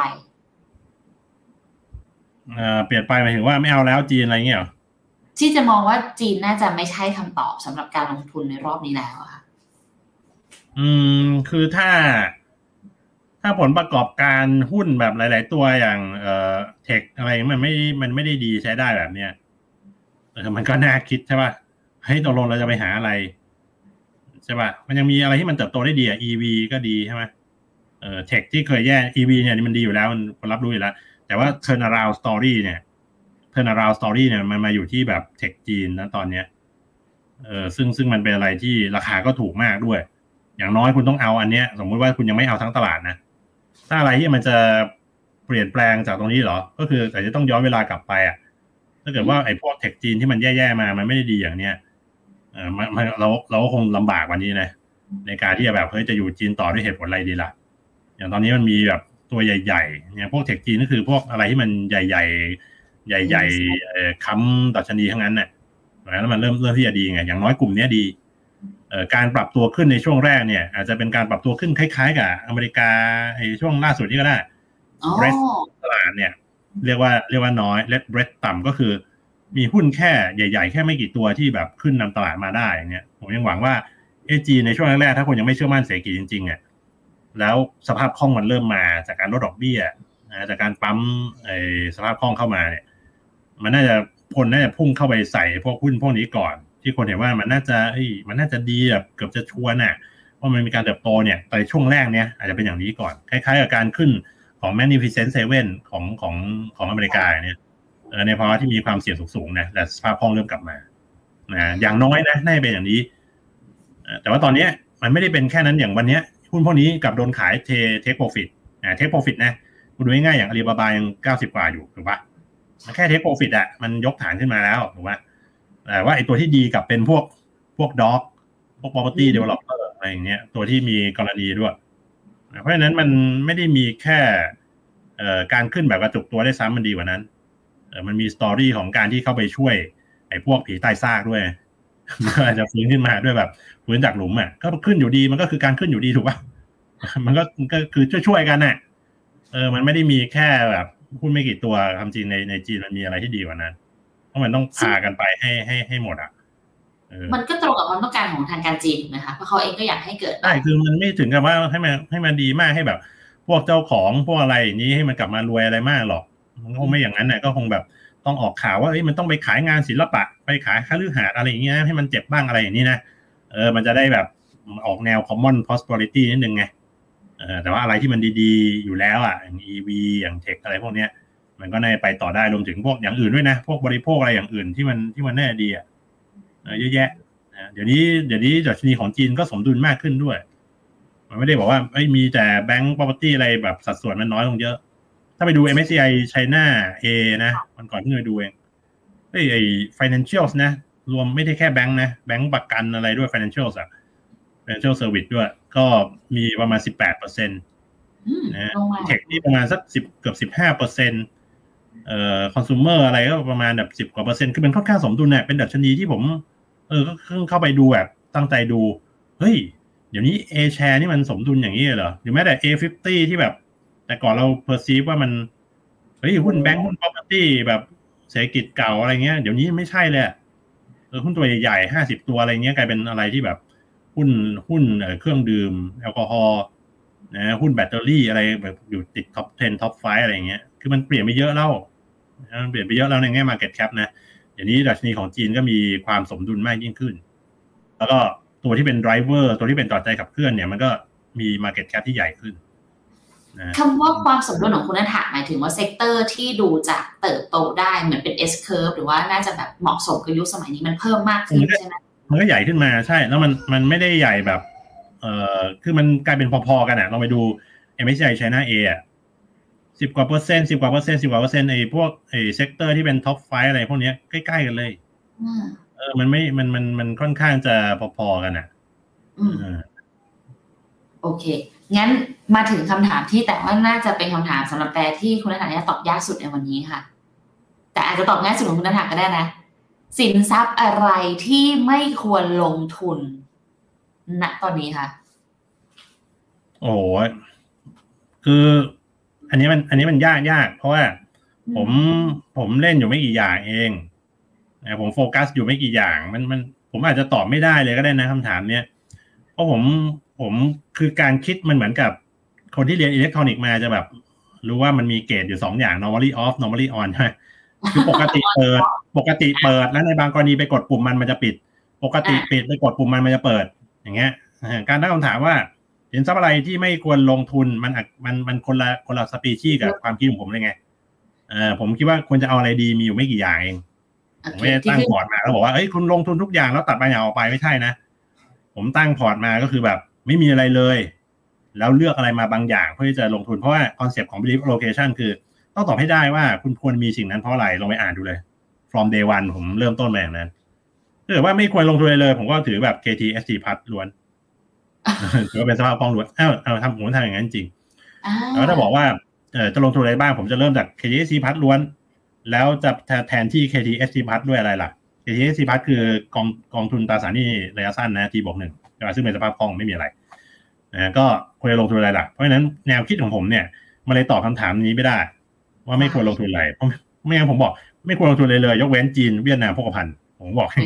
Speaker 3: เอ่อเปลี่ยนไปหมายถึงว่าไม่เอาแล้วจีนอะไรเงี้ยหรอ
Speaker 2: ที่จะมองว่าจีนน่าจะไม่ใช่คำตอบสำหรับการลงทุนในรอบนี้แล้วค่ะ
Speaker 3: อืมคือถ้าถ้าผลประกอบการหุ้นแบบหลายๆตัวอย่างเอ่อเทคอะไรมันไม่มันไม่ได้ดีใช้ได้แบบเนี้ยเออมันก็น่าคิดใช่ป่ะเฮ้ยตกลงเราจะไปหาอะไรใช่ป่ะมันยังมีอะไรที่มันเติบโตได้ดีอ่ะ อี วี ก็ดีใช่ไหมเออเทคที่เคยแย่ อี วี เนี่ยมันดีอยู่แล้วมันคนรับรู้อยู่แล้วแต่ว่า turnaround story เนี่ย turnaround story เนี่ยมันมาอยู่ที่แบบเทคจีนนะตอนเนี้ยเออซึ่งซึ่งมันเป็นอะไรที่ราคาก็ถูกมากด้วยอย่างน้อยคุณต้องเอาอันเนี้ยสมมุติว่าคุณยังไม่เอาทั้งตลาดนะถ้าอะไรที่มันจะเปลี่ยนแปลงจากตรงนี้เหรอก็คือแต่จะต้องย้อนเวลากลับไปอ่ะถ้าเกิดว่าไอ้พวกเทคจีนที่มันแย่ๆมามันไม่ได้ดีอย่างเนี้ยเออมันเราเราก็คงลำบากกว่านี้นะในการที่จะแบบเฮ้ยจะอยู่จีนต่อด้วยเหตุผลอะไรดีล่ะอย่างตอนนี้มันมีแบบตัวใหญ่ๆอย่างพวกเทคจีนก็คือพวกอะไรที่มันใหญ่ๆใหญ่ๆเอ่อค้ำดัชนีทั้งนั้นน่ะแล้วมันเริ่มเริ่มที่จะดีไงอย่างน้อยกลุ่มนี้ดีเอ่อการปรับตัวขึ้นในช่วงแรกเนี่ยอาจจะเป็นการปรับตัวขึ้นคล้ายๆกับอเมริกาไอ้ช่วงล่าสุดนี้ก็ได้เรสตลาดเนี่ยเรียกว่าเรียกว่าน้อยเลทเบรดต่ำก็คือมีหุ้นแค่ใหญ่ๆแค่ไม่กี่ตัวที่แบบขึ้นนำตลาดมาได้เนี่ยผมยังหวังว่าเอจีในช่วงแรกๆถ้าคนยังไม่เชื่อมั่นเศรษฐกิจจริงๆอ่ะแล้วสภาพคล่องมันเริ่มมาจากการลดดอกเบี้ยนะจากการปั๊มไอ้สภาพคล่องเข้ามาเนี่ยมันน่าจะคนน่าจะพุ่งเข้าไปใส่พวกหุ้นพวกนี้ก่อนที่คนเห็นว่ามันน่าจะเอ้ยมันน่าจะดีแบบเกือบจะชัวร์น่ะว่ามันมีการเติบโตเนี่ยแต่ช่วงแรกเนี่ยอาจจะเป็นอย่างนี้ก่อนคล้ายๆกับการขึ้นของ Magnificent Seven ของของของอเมริกาเนี่ยในภาวะที่มีความเสี่ยงสูงๆนะแต่สภาพคล่องเริ่มกลับมานะอย่างน้อยนะน่าจะเป็นอย่างนี้แต่ว่าตอนนี้มันไม่ได้เป็นแค่นั้นอย่างวันนี้หุ้นพวกนี้กลับโดนขายเทเทคโปรฟิตนะเทคโปรฟิตนะคุณดูง่ายๆอย่างอาลีบาบายังเก้าสิบกว่าอยู่ถูกป่ะแค่เทคโปรฟิตอ่ะมันยกฐานขึ้นมาแล้วถูกป่ะแต่ว่าไอ้ตัวที่ดีกับเป็นพวกพวกด็อกพวก property developer อะไรอย่างเงี้ยตัวที่มีกรณีด้วยเพราะฉะนั้นมันไม่ได้มีแค่เอ่อการขึ้นแบบกระจุกตัวได้ซ้ำมันดีกว่านั้นเออมันมีสตอรี่ของการที่เข้าไปช่วยไอ้พวกผีใต้ซากด้วยมันอาจจะฟื้นขึ้นมาด้วยแบบฟื้นจากหลุมอ่ะก็ขึ้นอยู่ดีมันก็คือการขึ้นอยู่ดีถูกป่ะมันก็ก็คือช่วยๆกันน่ะเออมันไม่ได้มีแค่แบบหุ้นไม่กี่ตัวทำจริงในในจีนมันมีอะไรที่ดีกว่านั้นเพราะมันต้องพากันไปให้ให้ให้หมดอ่ะ
Speaker 2: มันก็ตรงกับความต้องการของทางการจีนนะคะเพราะเขาเองก็อยากให้เกิด
Speaker 3: ใช่คือมันไม่ถึงกับว่าให้มันให้มันดีมากให้แบบพวกเจ้าของพวกอะไรอย่างนี้ให้มันกลับมารวยอะไรมากหรอกมันคงไม่อย่างนั้นน่ะก็คงแบบต้องออกข่าวว่าเอ้ยมันต้องไปขายงานศิลปะไปขายคฤหาสน์อะไรอย่างเงี้ยให้มันเจ็บบ้างอะไรอย่างนี้นะเออมันจะได้แบบออกแนว common prosperity นิดนึงไงเออแต่ว่าอะไรที่มันดีๆอยู่แล้วอ่ะอย่าง อี วี อย่างเทคอะไรพวกเนี้ยมันก็น่าไปต่อได้รวมถึงพวกอย่างอื่นด้วยนะพวกบริโภคอะไรอย่างอื่นที่มันที่มันแน่ดีอ่ะเยอะแยะเดี๋ยวนี้เดี๋ยวนี้ดัชนีของจีนก็สมดุลมากขึ้นด้วยมันไม่ได้บอกว่าไม่มีแต่แบงก์ property อะไรแบบสัดส่วนมันน้อยลงเยอะถ้าไปดู เอ็ม เอส ซี ไอ China A นะมันก่อนเพิ่งไปดูเองไอ้ไอ้ financials นะรวมไม่ได้แค่แบงก์นะแบงก์ประกันอะไรด้วย financials อ่ะ financial service ด้วยก็มีประมาณ สิบแปดเปอร์เซ็นต์ นะเทคนี่ประมาณสักสิบเกือบ สิบห้าเปอร์เซ็นต์ เอ่อ consumer อะไรก็ประมาณแบบสิบกว่าเปอร์เซ็นต์คือมันค่อนข้างสมดุลเนี่ยเป็นดัชนีที่ผมเออก็เข้าไปดูแบบตั้งใจดูเฮ้ยเดี๋ยวนี้ A share นี่มันสมดุลอย่างนี้เหรอหรือแม้แต่ เอ ห้าสิบ ที่แบบแต่ก่อนเรา perceive ว่ามันเฮ้ยหุ้นแบงค์หุ้น property แบบเศรษฐกิจเก่าอะไรเงี้ยเดี๋ยวนี้ไม่ใช่เลยเออหุ้นตัวใหญ่ๆห้าสิบตัวอะไรเงี้ยกลายเป็นอะไรที่แบบหุ้นหุ้นเอ่อเครื่องดื่มแอลกอฮอล์นะหุ้นแบตเตอรี่อะไรแบบอยู่ติด top สิบ top ห้าอะไรเงี้ยคือมันเปลี่ยนไปเยอะแล้วมันเปลี่ยนไปเยอะแล้วในแง่ market cap นะเดี๋ยวนี้ดัชนีของจีนก็มีความสมดุลมากยิ่งขึ้นแล้วก็ตัวที่เป็น driver ตัวที่เป็นต่อใจขับเคลื่อนเนี่ยมันก็มี market cap ที่ใหญ่ขึ้นนะ
Speaker 2: คำว่าความสมดุลของคุณนัทหมายถึงว่าเซกเตอร์ที่ดูจะเติบโตได้เหมือนเป็น S curve หรือว่าน่าจะแบบเหมาะสมกับยุคสมัยนี้มันเพิ่มมากขึ้นใช่ไหม
Speaker 3: มันก็ใหญ่ขึ้นมาใช่แล้วมันมันไม่ได้ใหญ่แบบเอ่อคือมันกลายเป็นพอๆกันอ่ะลองไปดู เอ็ม เอส ซี ไอ China A อ่ะสิบกว่าเปอร์เซ็นต์สิบกว่าเปอร์เซ็นต์สิบกว่าเปอร์เซ็นต์ไอ้พวกไอ้เซกเตอร์ที่เป็นท็อปไฟว์อะไรพวกนี้ใกล้ๆกันเลยเออมันไม่มันมันมันค่อนข้างจะพอๆกันอ่ะ
Speaker 2: อืมโอเคงั้นมาถึงคำถามที่แต่ว่าน่าจะเป็นคำถามสำหรับแต่ที่คุณนัทเนี่ยตอบยากสุดในวันนี้ค่ะแต่อาจจะตอบง่ายสุดของคุณนัทก็ได้นะสินทรัพย์อะไรที่ไม่ควรลงทุนณตอนนี้ค่ะ
Speaker 3: โอ้คืออันนี้มันอันนี้มันยากยากเพราะว่าผมผมเล่นอยู่ไม่กี่อย่างเองนะผมโฟกัสอยู่ไม่กี่อย่างมันมันผมอาจจะตอบไม่ได้เลยก็ได้นะคำถามเนี้ยเพราะผมผมคือการคิดมันเหมือนกับคนที่เรียนอิเล็กทรอนิกส์มาจะแบบรู้ว่ามันมีเกรดอยู่สองอย่าง normally off normally on ใช่ไหมคือปกติเปิดปกติเปิดแล้วในบางกรณีไปกดปุ่มมันมันจะปิดปกติปิดไปกดปุ่มมันมันจะเปิดอย่างเงี้ยการตั้งคำถามว่าสินทรัพย์อะไรที่ไม่ควรลงทุนมันมันมันคนละคนละสปีชีส์กับความคิดของผมเลยไงเออผมคิดว่าควรจะเอาอะไรดีมีอยู่ไม่กี่อย่างเองผมไม่ได้ตั้งพอร์ตมาแล้วบอกว่าเอ้ยคุณลงทุนทุกอย่างแล้วตัดบางอย่างออกไปไม่ใช่นะผมตั้งพอร์ตมาก็คือแบบไม่มีอะไรเลยแล้วเลือกอะไรมาบางอย่างเพื่อที่จะลงทุนเพราะว่าคอนเซ็ปต์ของ belief allocation คือต้องตอบให้ได้ว่าคุณควรมีสิ่งนั้นเพราะอะไรลองไปอ่านดูเลย from day one ผมเริ่มต้นมาอย่างนั้นถ้าเกิดว่าไม่ควรลงทุนเลยเลยผมก็ถือแบบ เค ที เอส ที พัดล้วนถือว่าเป็นสภาพคล่องล้วนอ้าวเอาทำผมทำอย่างนั้นจริงแล้วถ้าบอกว่าเออจะลงทุนอะไรบ้างผมจะเริ่มจาก เค ที เอส ที พัดล้วนแล้วจะแทนที่ เค ที เอส ที พัดด้วยอะไรล่ะ เค ที เอส ที พัดคือกองกองทุนตราสารหนี้ระยะสั้นนะ T บวกหนึ่งซึ่งเป็นสภาพคล่องไม่มีอะไรนะก็ควรจะลงทุนอะไรล่ะเพราะฉะนั้นแนวคิดของผมเนี่ยมันเลยตอบคำถามนี้ไม่ได้ว่าไม่ควรลงทุนอะไรเพราะไม่งั้นผมบอกไม่ควรลงทุนเลยเลยยกเว้นจีนเวียดนามพกพันผมบอกให้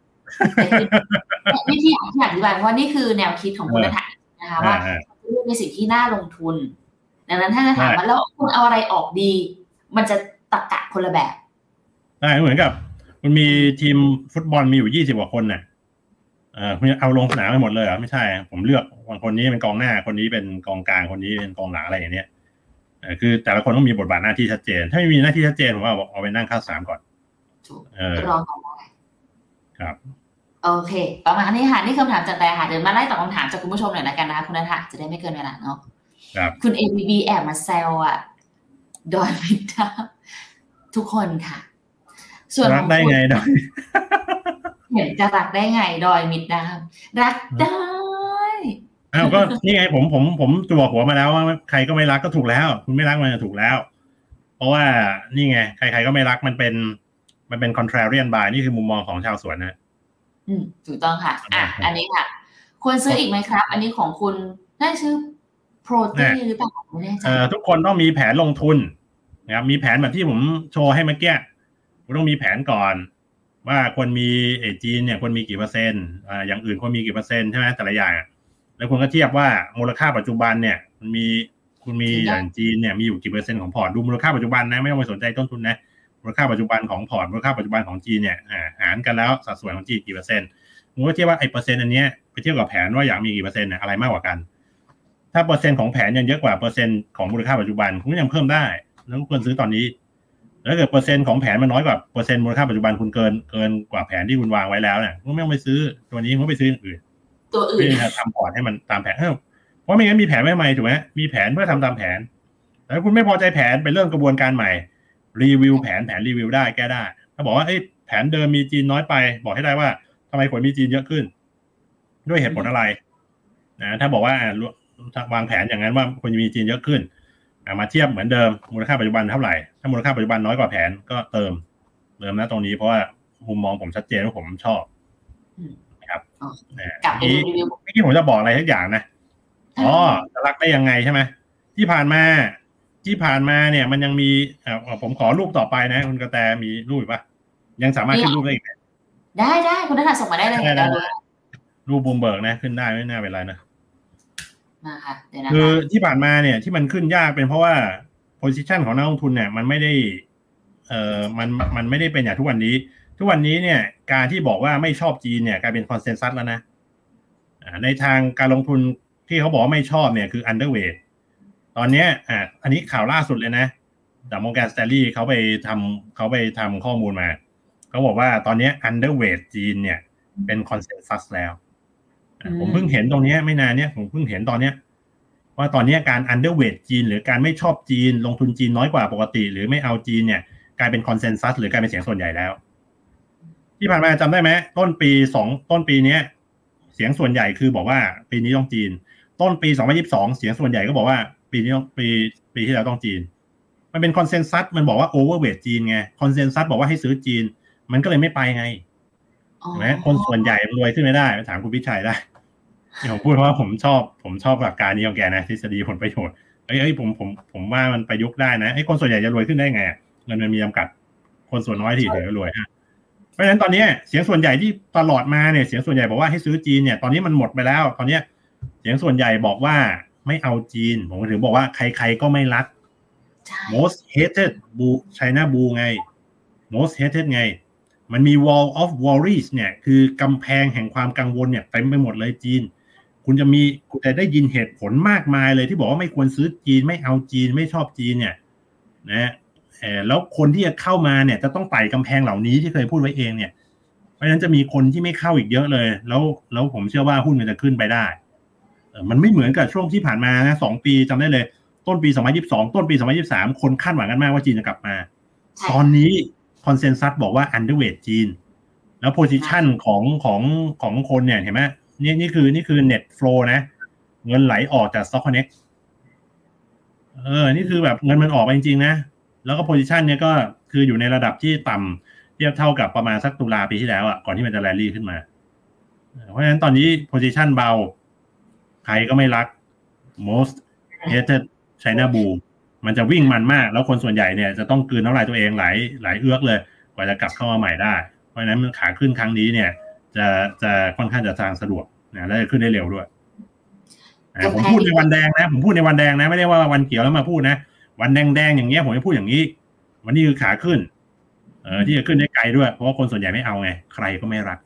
Speaker 2: นี่ที่อยากอธิบายว่านี่คือแนวคิดของคุณณัฐนะคะว่าเลือกในสิ่งที่น่าลงทุนดังนั้นถ้าจะถามว่าแล้วคุณเอาอะไรออกดีมันจะตรรกะคนละแบบ
Speaker 3: ใช่เหมือนกับมันมีทีมฟุตบอลมีอยู่ยี่สิบกว่าคนน่ะเออคุณเอาลงสนามไปหมดเลยเหรอไม่ใช่ผมเลือกคนนี้เป็นกองหน้าคนนี้เป็นกองกลางคนนี้เป็นกองหลังอะไรอย่างเนี้ยเออคือแต่ละคนต้องมีบทบาทหน้าที่ชัดเจนถ้าไม่มีหน้าที่ชัดเจนผมว่าเอาไปนั่งเข้าสนามก่อน
Speaker 2: เออรอก่อนได้
Speaker 3: ครับ
Speaker 2: โอเคประมาณนี้ค่ะนี่คำถามจากแต่ค่ะเดี๋ยวมาไล่ตอบคำถามจากคุณผู้ชมหน่อยละกันนะคะคุณณัฐจะได้ไม่เกินเวลาเนาะ
Speaker 3: ครับ
Speaker 2: คุณ เอ บี บี แอบมาแซวอ่ะดอยมิดดาทุกคนค่ะ
Speaker 3: ส่วนรักได้ไงดอย
Speaker 2: เห็นจะรักได้ไงดอยมิดดารักได้
Speaker 3: อ้าวก็นี่ไงผมผมผมจั่วหัวมาแล้วว่าใครก็ไม่รักก็ถูกแล้วคุณไม่รักมันจะถูกแล้วเพราะว่านี่ไงใครๆก็ไม่รักมันเป็นมันเป็น contrarian buy นี่คือมุมมองของชาวสวนนะ
Speaker 2: อืมถูกต้องค่ะอ่ะอันนี้ค่ะควรซื้ออีกไหมครับอันนี้ของคุณได้ซื้อโปรตีหรือเปล่าไม่แน่ใจ
Speaker 3: เอ่อทุกคนต้องมีแผนลงทุนนะครับมีแผนแบบที่ผมโชว์ให้เมื่อกี้คุณต้องมีแผนก่อนว่าควรมีเอจีนเนี่ยควรมีกี่เปอร์เซ็นต์อ่าอย่างอื่นควรมีกี่เปอร์เซ็นต์ใช่ไหมแต่ละอย่างแล้วคุณก็เทียบว่ามูลค่าปัจจุบันเนี่ยมันมีคุณมีอย่างจีนเนี่ยมีอยู่กี่เปอร์เซ็นต์ของพอร์ตดูมูลค่าปัจจุบันนะไม่ต้องไปสนใจต้นทุนนะมูลค่าปัจจุบันของพอร์ตมูลค่าปัจจุบันของจีนเนี่ยหารกันแล้วสัดส่วนของจีนกี่เปอร์เซ็นต์คุณก็เทียบว่าไอ้เปอร์เซ็นต์อันเนี้ยไปเทียบกับแผนว่าอยากมีกี่เปอร์เซ็นต์เนี่ยอะไรมากกว่ากันถ้าเปอร์เซ็นต์ของแผนยังเยอะกว่าเปอร์เซ็นต์ของมูลค่าปัจจุบันคุณก็ยังเพิ่มได้แล้วควรซื้อตอนนี้แล้วเกิดเปอร์เซ็นต์ของแผนมันน้อยกว่าเปอร์เซ็นต์มูลค่าปัจจุบันคุณเกินเกินกว่าแผนที่คุณวางไว้แล้วเนี่ยคุณไม่ต้องไปซื้อตัวนี้คุณก็ไปซื้ออื่น
Speaker 2: ตัวอื่น
Speaker 3: ทำพอร์ตให้มันตามแผนเพราะไม่งั้นมีแผนไว้ใหม่ถูกไหมมีแผนเพื่อทำตามแผนแล้วคุณไม่พอใจแผนไปเริ่มกระบวนการใหม่รีวิวแผนแผนรีวิวได้แก้ได้ถ้าบอกว่าเอ้ยแผนเดิมมีจีนน้อยไปบอกให้ได้ว่าทำไมควรมีจีนเยอะขึ้นด้วยเหตุผลอะไรนะถ้าบอกว่าวางแผนอย่างนั้นว่าควรจะมีจีนเยอะขึ้นมาเทียบเหมือนเดิมมูลค่าปัจจุบันเท่าไหร่ถ้ามูลค่าปัจจุบันน้อยกว่าแผนก็เติมเติมนะตรงนี้เพราะว่ามุมมองผมชัดเจนว่าผมชอบนะครับ
Speaker 2: กลับไปรีวิว
Speaker 3: เมื่อกี้ผมจะบอกอะไรทุกอย่างนะอ๋อจะรักได้ยังไงใช่ไหมที่ผ่านมาที่ผ่านมาเนี่ยมันยังมีผมขอรูปต่อไปนะคุณกระแตมีรูปปะยังสามารถขึ้นรูปได้อีกไหม
Speaker 2: ได้ได้คุณณัฐส่งมาได้เลย
Speaker 3: รูปบูมเบิร์กนะขึ้นได้ไม่น่าเป็นไรนะ
Speaker 2: มาค่ะเดี๋ยวนะ
Speaker 3: คือที่ผ่านมาเนี่ยที่มันขึ้นยากเป็นเพราะว่า position ของนักลงทุนเนี่ยมันไม่ได้เอ่อมันมันไม่ได้เป็นอย่างทุกวันนี้ทุกวันนี้เนี่ยการที่บอกว่าไม่ชอบจีนเนี่ยกลายเป็นคอนเซนแซสแล้วนะในทางการลงทุนที่เขาบอกว่าไม่ชอบเนี่ยคือ underweight ตอนนี้อ่ะอันนี้ข่าวล่าสุดเลยนะจาก Morgan Stanley เขาไปทำเขาไปทำข้อมูลมาเขาบอกว่าตอนนี้ underweight จีนเนี่ยเป็นคอนเซนแซสแล้วผมเพิ่งเห็นตรงนี้ไม่นานเนี่ยผมเพิ่งเห็นตอนเนี้ยว่าตอนนี้การ underweight จีนหรือการไม่ชอบจีนลงทุนจีนน้อยกว่าปกติหรือไม่เอาจีนเนี่ยกลายเป็นคอนเซนแซสหรือกลายเป็นเสียงส่วนใหญ่แล้วที่ผ่านมาจำได้ไหมต้นปีสองต้นปีนี้เสียงส่วนใหญ่คือบอกว่าปีนี้ต้องจีนต้นปีสองพันยี่สิบสองเสียงส่วนใหญ่ก็บอกว่าปีนี้ต้องปีปีที่แล้วต้องจีนมันเป็นคอนเซนแซสมันบอกว่าโอเวอร์เวทจีนไงคอนเซนแซสบอกว่าให้ซื้อจีนมันก็เลยไม่ไปไงใช่ไหมคนส่วนใหญ่รวยขึ้นไม่ได้ไปถามคุณพิชัยได้ที่ผมพูดเพราะว่าผมชอบผมชอบหลักการนี้ของแกนะทฤษฎีผลประโยชน์เอ้ยผมผมผมว่ามันประยุกต์ได้นะไอ้คนส่วนใหญ่จะรวยขึ้นได้ไงเงินมันมีจำกัดคนส่วนน้อยที่ถึงจะรวยฮะเพราะฉะนั้นตอนนี้เสียงส่วนใหญ่ที่ตลอดมาเนี่ยเสียงส่วนใหญ่บอกว่าให้ซื้อจีนเนี่ยตอนนี้มันหมดไปแล้วตอนนี้เสียงส่วนใหญ่บอกว่าไม่เอาจีนผมถึงบอกว่าใครๆก็ไม่รัก most hated blue China blue ไง most hated ไงมันมี wall of worries เนี่ยคือกำแพงแห่งความกังวลเนี่ยเต็มไปหมดเลยจีนคุณจะมีคุณจะได้ยินเหตุผลมากมายเลยที่บอกว่าไม่ควรซื้อจีนไม่เอาจีนไม่ชอบจีนเนี่ยนะเออแล้วคนที่จะเข้ามาเนี่ยจะต้องไต่กำแพงเหล่านี้ที่เคยพูดไว้เองเนี่ยเพราะฉะนั้นจะมีคนที่ไม่เข้าอีกเยอะเลยแล้วแล้วผมเชื่อว่าหุ้นมันจะขึ้นไปได้เออมันไม่เหมือนกับช่วงที่ผ่านมานะสองปีจำได้เลยต้นปีสองพันยี่สิบสองต้นปีสองพันยี่สิบสามคนคาดหวังกันมากว่าจีนจะกลับมาตอนนี้คอนเซนแซสบอกว่า underweight จีนแล้ว position ของของของคนเนี่ยเห็นไหมนี่นี่คือนี่คือ net flow นะเงินไหลออกจาก Stock Connect เออนี่คือแบบเงินมันออกไปจริงๆนะแล้วก็ position เนี่ยก็คืออยู่ในระดับที่ต่ำเทียบเท่ากับประมาณสักตุลาปีที่แล้วอ่ะก่อนที่มันจะแรลลี่ขึ้นมาเพราะฉะนั้นตอนนี้ position เบาใครก็ไม่รัก most hated China Bull มันจะวิ่งมันมากแล้วคนส่วนใหญ่เนี่ยจะต้องกลืนน้ำลายตัวเองหลายหลายเอื้อกเลยกว่าจะกลับเข้ามาใหม่ได้เพราะฉะนั้นขาขึ้นครั้งนี้เนี่ยจะจะค่อนข้างจะทางสะดวกนะและจะขึ้นได้เร็วด้วยผมพูดในวันแดงนะผมพูดในวันแดงนะไม่ได้ว่าวันเขียวแล้วมาพูดนะวันแดงๆอย่างเงี้ยผมจะพูดอย่างนี้วันนี้คือขาขึ้นเออที่จะขึ้นได้ไกลด้วยเพราะว่าคนส่วนใหญ่ไม่เอาไงใครก็ไม่รัก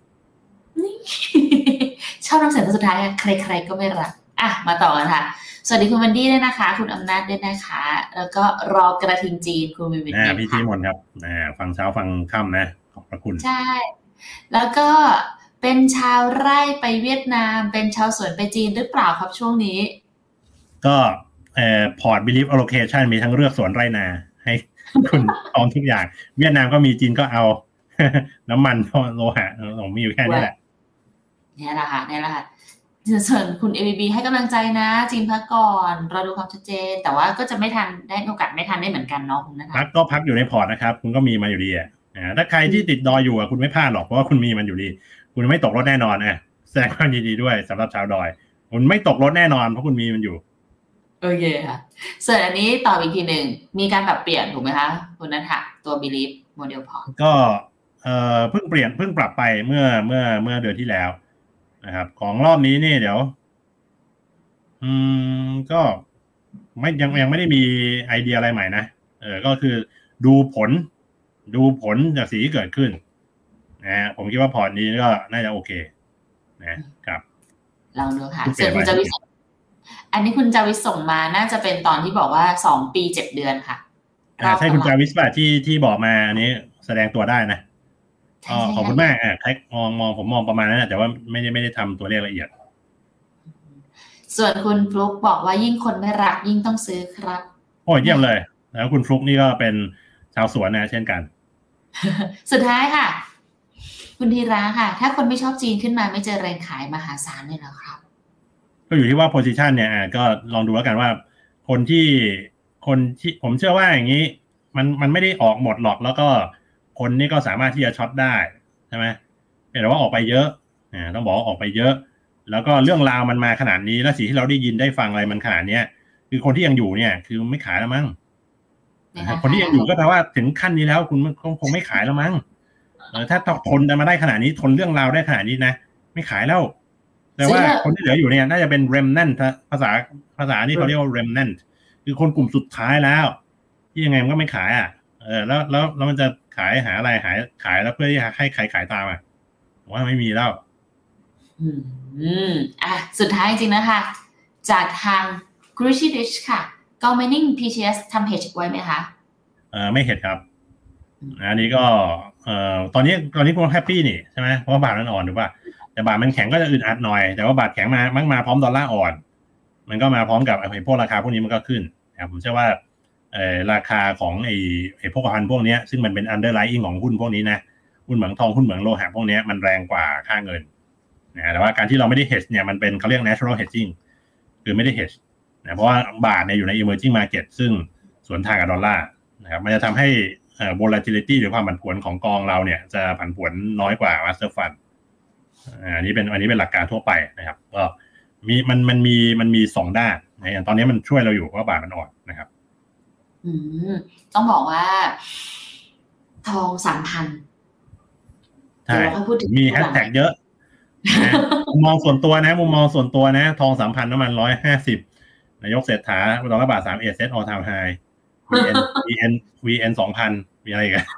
Speaker 2: ชอบน้ำเสียงสุดท้ายใครๆก็ไม่รักอ่ะมาต่อกันค่ะสวัสดีคุณวันดี้ด้วยนะคะคุณอำนาจด้วยนะคะแล้วก็รอกระทิงจีนคุณวิวิทย์ค่ะ
Speaker 3: พี่ทีมนครับฟังเช้าฟังค่ำนะขอบพระคุณ
Speaker 2: ใช่แล้วก็เป็นชาวไร่ไปเวียดนามเป็นชาวสวนไปจีนหรือเปล่าครับช่วงนี้
Speaker 3: ก็เอ่อพอร์ต Belief Allocation มีทั้งเลือกสวนไร่นาให้คุณพร้อมทุกอย่างเวียดนามก็มีจีนก็เอาน้ำมันโลหะผมมีอยู่แค่นี้แหละ
Speaker 2: นี่แหละค่ะนี่แหละค่ะส่วนคุณ เอ บี บี ให้กำลังใจนะจีนพักก่อนรอดูความชัดเจนแต่ว่าก็จะไม่ทันได้โอกาสไม่ทันได้เหมือนกันเนาะคุณนะคะ
Speaker 3: พักก็พักอยู่ในพอร์ตนะครับคุณก็มีมาอยู่ดีอ่ะถ้าใครที่ติดดอยอยู่อ่ะคุณไม่พลาดหรอกเพราะว่าคุณมีมันอยู่ดีคุณไม่ตกรถแน่นอนอ่ะแสดงความยินดีด้วยสำหรับชาวดอยคุณไม่ตกรถแน่นอนเพราะคุณมีมันอยู่
Speaker 2: โอเคค่ะส่วนอันนี้ต่ออีกทีหนึ่งมีการปรับเปลี่ยนถูกไหมคะคุณนัทธะตัว Belief Model Port
Speaker 3: ก็เอ่อเพิ่งเปลี่ยนเพิ่งปรับไปเมื่อเมื่อเมื่อเดือนที่แล้วนะครับของรอบนี้นี่เดี๋ยวอืมก็ไม่ยังยังไม่ได้มีไอเดียอะไรใหม่นะเออก็คือดูผลดูผลจากสิ่งที่เกิดขึ้นนะผมคิดว่าพอร์ตนี้ก็น่าจะโอเคนะครับ
Speaker 2: ลองดูค่ะส่วนคุณจวิสอันนี้คุณจวิสส่งมาน่าจะเป็นตอนที่บอกว่าสองปีเจ็ดเดือนค่ะ
Speaker 3: ใช่คุณจวิสป่ะที่ที่บอกมาอันนี้แสดงตัวได้นะอ๋อขอบคุณมากอ่ะคล้ายมองมองผมมองประมาณนั้นแต่ว่าไม่ได้ไม่ได้ทำตัวเลขละเอียด
Speaker 2: ส่วนคุณฟลุ๊กบอกว่ายิ่งคนไม่รักยิ่งต้องซื้อครับ
Speaker 3: โอ้ยเยี่ยมเลยแล้วคุณฟลุ๊กนี่ก็เป็นชาวสวนนะเช่นกัน
Speaker 2: สุดท้ายค่ะคุณธีระค่ะถ้าคนไม่ชอบจีนขึ้นมาไม่เจอแรงขายมหาศาลเลยเหรอครับ
Speaker 3: ก็อยู่ที่ว่า position เนี่ยก็ลองดูแล้วกันว่าคนที่คนที่ผมเชื่อว่าอย่างนี้มันมันไม่ได้ออกหมดหรอกแล้วก็คนนี่ก็สามารถที่จะช็อตได้ใช่ไหมแต่ว่าออกไปเยอะอ่าต้องบอกว่าออกไปเยอะแล้วก็เรื่องราวมันมาขนาดนี้แล้วสิ่งที่เราได้ยินได้ฟังอะไรมันขนาดนี้คือคนที่ยังอยู่เนี่ยคือไม่ขายแล้วมั้งคนที่ยังอยู่ก็แปลว่าถึงขั้นนี้แล้วคุณคงไม่ขายแล้วมั้งถ้าทนมาได้ขนาดนี้ทนเรื่องราวได้ขนาดนี้นะไม่ขายแล้วแต่ว่าคนที่เหลืออยู่เนี่ยน่าจะเป็น remnant ภาษาภาษานี่เขาเรียกว่า remnant คือคนกลุ่มสุดท้ายแล้วที่ยังไงมันก็ไม่ขายอ่ะเออแล้วแล้วแล้วมันจะขายหาอะไรหาขายแล้วเพื่อที่ให้ใครขายตามอ่ะว่าไม่มีแล้ว
Speaker 2: อืมอ่ะสุดท้ายจริงๆนะคะจากทาง Gruchy Rich ค่ะ Goldmining พี ที เอส ทำ hedge ไว้ไหมคะ
Speaker 3: เออไม่ hedge ครับอันนี้ก็เอ่อตอนนี้ตอนนี้ผมแฮปปี้นี่ใช่ไหมเพราะว่าบาทมันอ่อนถูกป่ะแต่บาทมันแข็งก็จะอึดอัดหน่อยแต่ว่าบาทแข็งมามักมาพร้อมดอลลาร์อ่อนมันก็มาพร้อมกับไอ้พวกราคาพวกนี้มันก็ขึ้นนะครับผมเชื่อว่าเอ่อราคาของไอ้ไอ้พวกพันพวกนี้ซึ่งมันเป็น underlying ของหุ้นพวกนี้นะหุ้นเหมืองทองหุ้นเหมืองโลหะพวกนี้มันแรงกว่าค่าเงินนะแต่ว่าการที่เราไม่ได้ hedge เนี่ยมันเป็นเขาเรียก natural hedging คือไม่ได้ hedge นะเพราะว่าบาทเนี่ยอยู่ใน emerging market ซึ่งสวนทางกับดอลลาร์นะครับมันจะทำให้เอ่อ volatility หรือความผันผวนของกองเราเนี่ยจะผันผวนน้อยกว่า master fund อันนี้เป็นอันนี้เป็นหลักการทั่วไปนะครับก็มีมันมันมีมันมีสองด้านนะอย่างตอนนี้มันช่วยเราอยู่เพราะบาทมันอ่อนนะครับ
Speaker 2: อืมต้องบอกว่าทอง สามพัน
Speaker 3: ใช่มีแฮชแท็กเยอะมุมมองส่วนตัวนะมุมมองส่วนตัวนะทอง สามพัน น้ำมันหนึ่งร้อยห้าสิบนายกเศรษฐาดอลลาร์บาทสามสิบเอ็ด set all time high วี เอ็น วี เอ็น วี เอ็น สองพัน มีอะไรกัน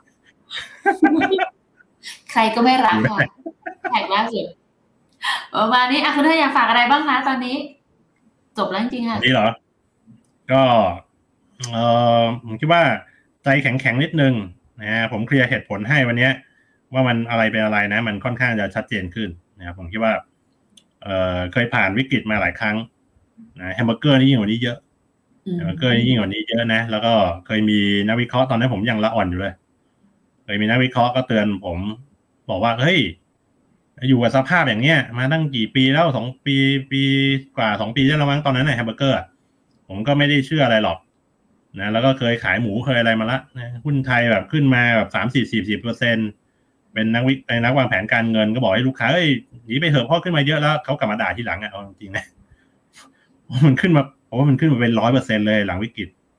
Speaker 2: ใครก็ไม่รักค่ะแท็กล่าสุดประมาณนี้อ่ะคุณท่านอยากฝากอะไรบ้างคะตอนนี้จบแล้วจริงๆค่ะ
Speaker 3: นี่เหรอก็เอ่อผมคิดว่าใจแข็งๆนิดนึงนะผมเคลียร์เหตุผลให้วันนี้ว่ามันอะไรเป็นอะไรนะมันค่อนข้างจะชัดเจนขึ้นนะครับผมคิดว่าเอ่อเคยผ่านวิกฤตมาหลายครั้งนะแฮมเบอร์เกอร์นี่ยิ่งกว่านี้เยอะแฮมเบอร์เกอร์นี่ยิ่งกว่านี้เยอะนะแล้วก็เคยมีนักวิเคราะห์ตอนนั้นผมยังละอ่อนอยู่เลยเคยมีนักวิเคราะห์ก็เตือนผมบอกว่าเฮ้ยอยู่กับสภาพอย่างเงี้ยมาตั้งกี่ปีแล้วสองปีปีกว่าสองปีแล้วมั้งตอนนั้นน่ะแฮมเบอร์เกอร์ผมก็ไม่ได้เชื่ออะไรหรอกนะแล้วก็เคยขายหมูเคยอะไรมาละนะหุ้นไทยแบบขึ้นมาแบบสาม สี่ สี่สิบเปอร์เซ็นต์เป็นนักวิเป็นนักวางแผนการเงินก็บอกให้ลูกค้าเอ้ยหนีไปเถอะเพราะขึ้นมาเยอะแล้วเขากลับมาด่าทีหลังอ่ะเอาจริงๆนะมันขึ้นมาผมว่ามันขึ้นมาเป็น ร้อยเปอร์เซ็นต์ เลยหลังวิกฤต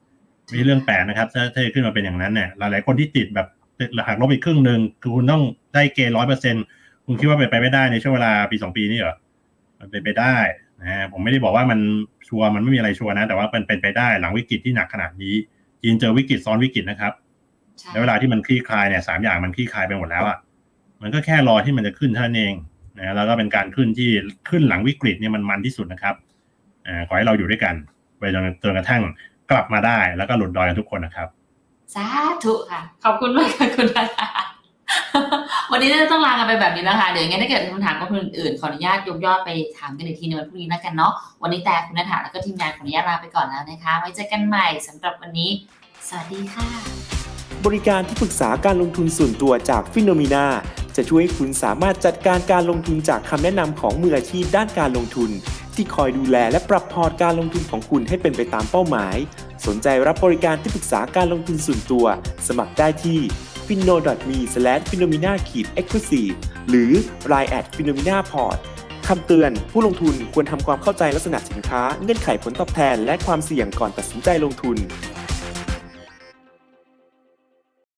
Speaker 3: ไม่ใช่เรื่องแปลกนะครับถ้าถ้าขึ้นมาเป็นอย่างนั้นเนี่ยหลายๆคนที่ติดแบบหักลบอีกครึ่งนึงคือคุณต้องได้เกณฑ์ ร้อยเปอร์เซ็นต์ คุณคิดว่าเป็นไปไม่ได้ในช่วงเวลาปีสองปีนี้เหรอมันเป็นไปได้นะฮะผมไม่ได้บอกว่ามันชัวร์มันไม่มีอะไรชัวร์นะแต่ว่าเป็นเป็นไปได้หลังวิกฤตที่หนักขนาดนี้จีนเจอวิกฤตซ้อนวิกฤตนะครับแล้วเวลาที่มันคลี่คลายเนี่ยสามอย่างมันคลี่คลายไปหมดแล้วอ่ะมันก็แค่รอที่มันจะขึ้นเท่านั้นเองนะแล้วก็เป็นการขึ้นที่ขึ้นหลังวิกฤตเนี่ยมันมันที่สุดนะครับอ่าขอให้เราอยู่ด้วยกันไปจนจนกระทั่งกลับมาได้แล้วก็หลุดดอยกันทุกคนนะครับ
Speaker 2: สาธุค่ะขอบคุณมากค่ะคุณนัทวันนี้เราต้องลากันไปแบบนี้แล้วค่ะเดี๋ยวงั้นถ้าเกิดคำถามกับคนอื่นๆขออนุญาตยกยอดไปถามกันอีกทีในวันพรุ่งนี้แล้วกันเนาะวันนี้แต่คุณนัทแล้วก็ทีมงานขออนุญาตลาไปก่อนแล้วนะคะไว้เจอกันใหม่สำหรับวันนี้สวัสดีค่ะ
Speaker 4: บริการที่ปรึกษาการลงทุนส่วนตัวจาก Phenomena จะช่วยให้คุณสามารถจัดการการลงทุนจากคำแนะนำของมืออาชีพด้านการลงทุนที่คอยดูแลและปรับพอร์ตการลงทุนของคุณให้เป็นไปตามเป้าหมายสนใจรับบริการที่ปรึกษาการลงทุนส่วนตัวสมัครได้ที่ ฟินโน ดอท มี สแลช ฟีโนมีนา เอ็กซ์คลูซีฟ หรือ ไลน์ แอท ฟีโนมีนา พอร์ต คำเตือนผู้ลงทุนควรทำความเข้าใจลักษณะสินค้าเงื่อนไขผลตอบแทนและความเสี่ยงก่อนตัดสินใจลงทุน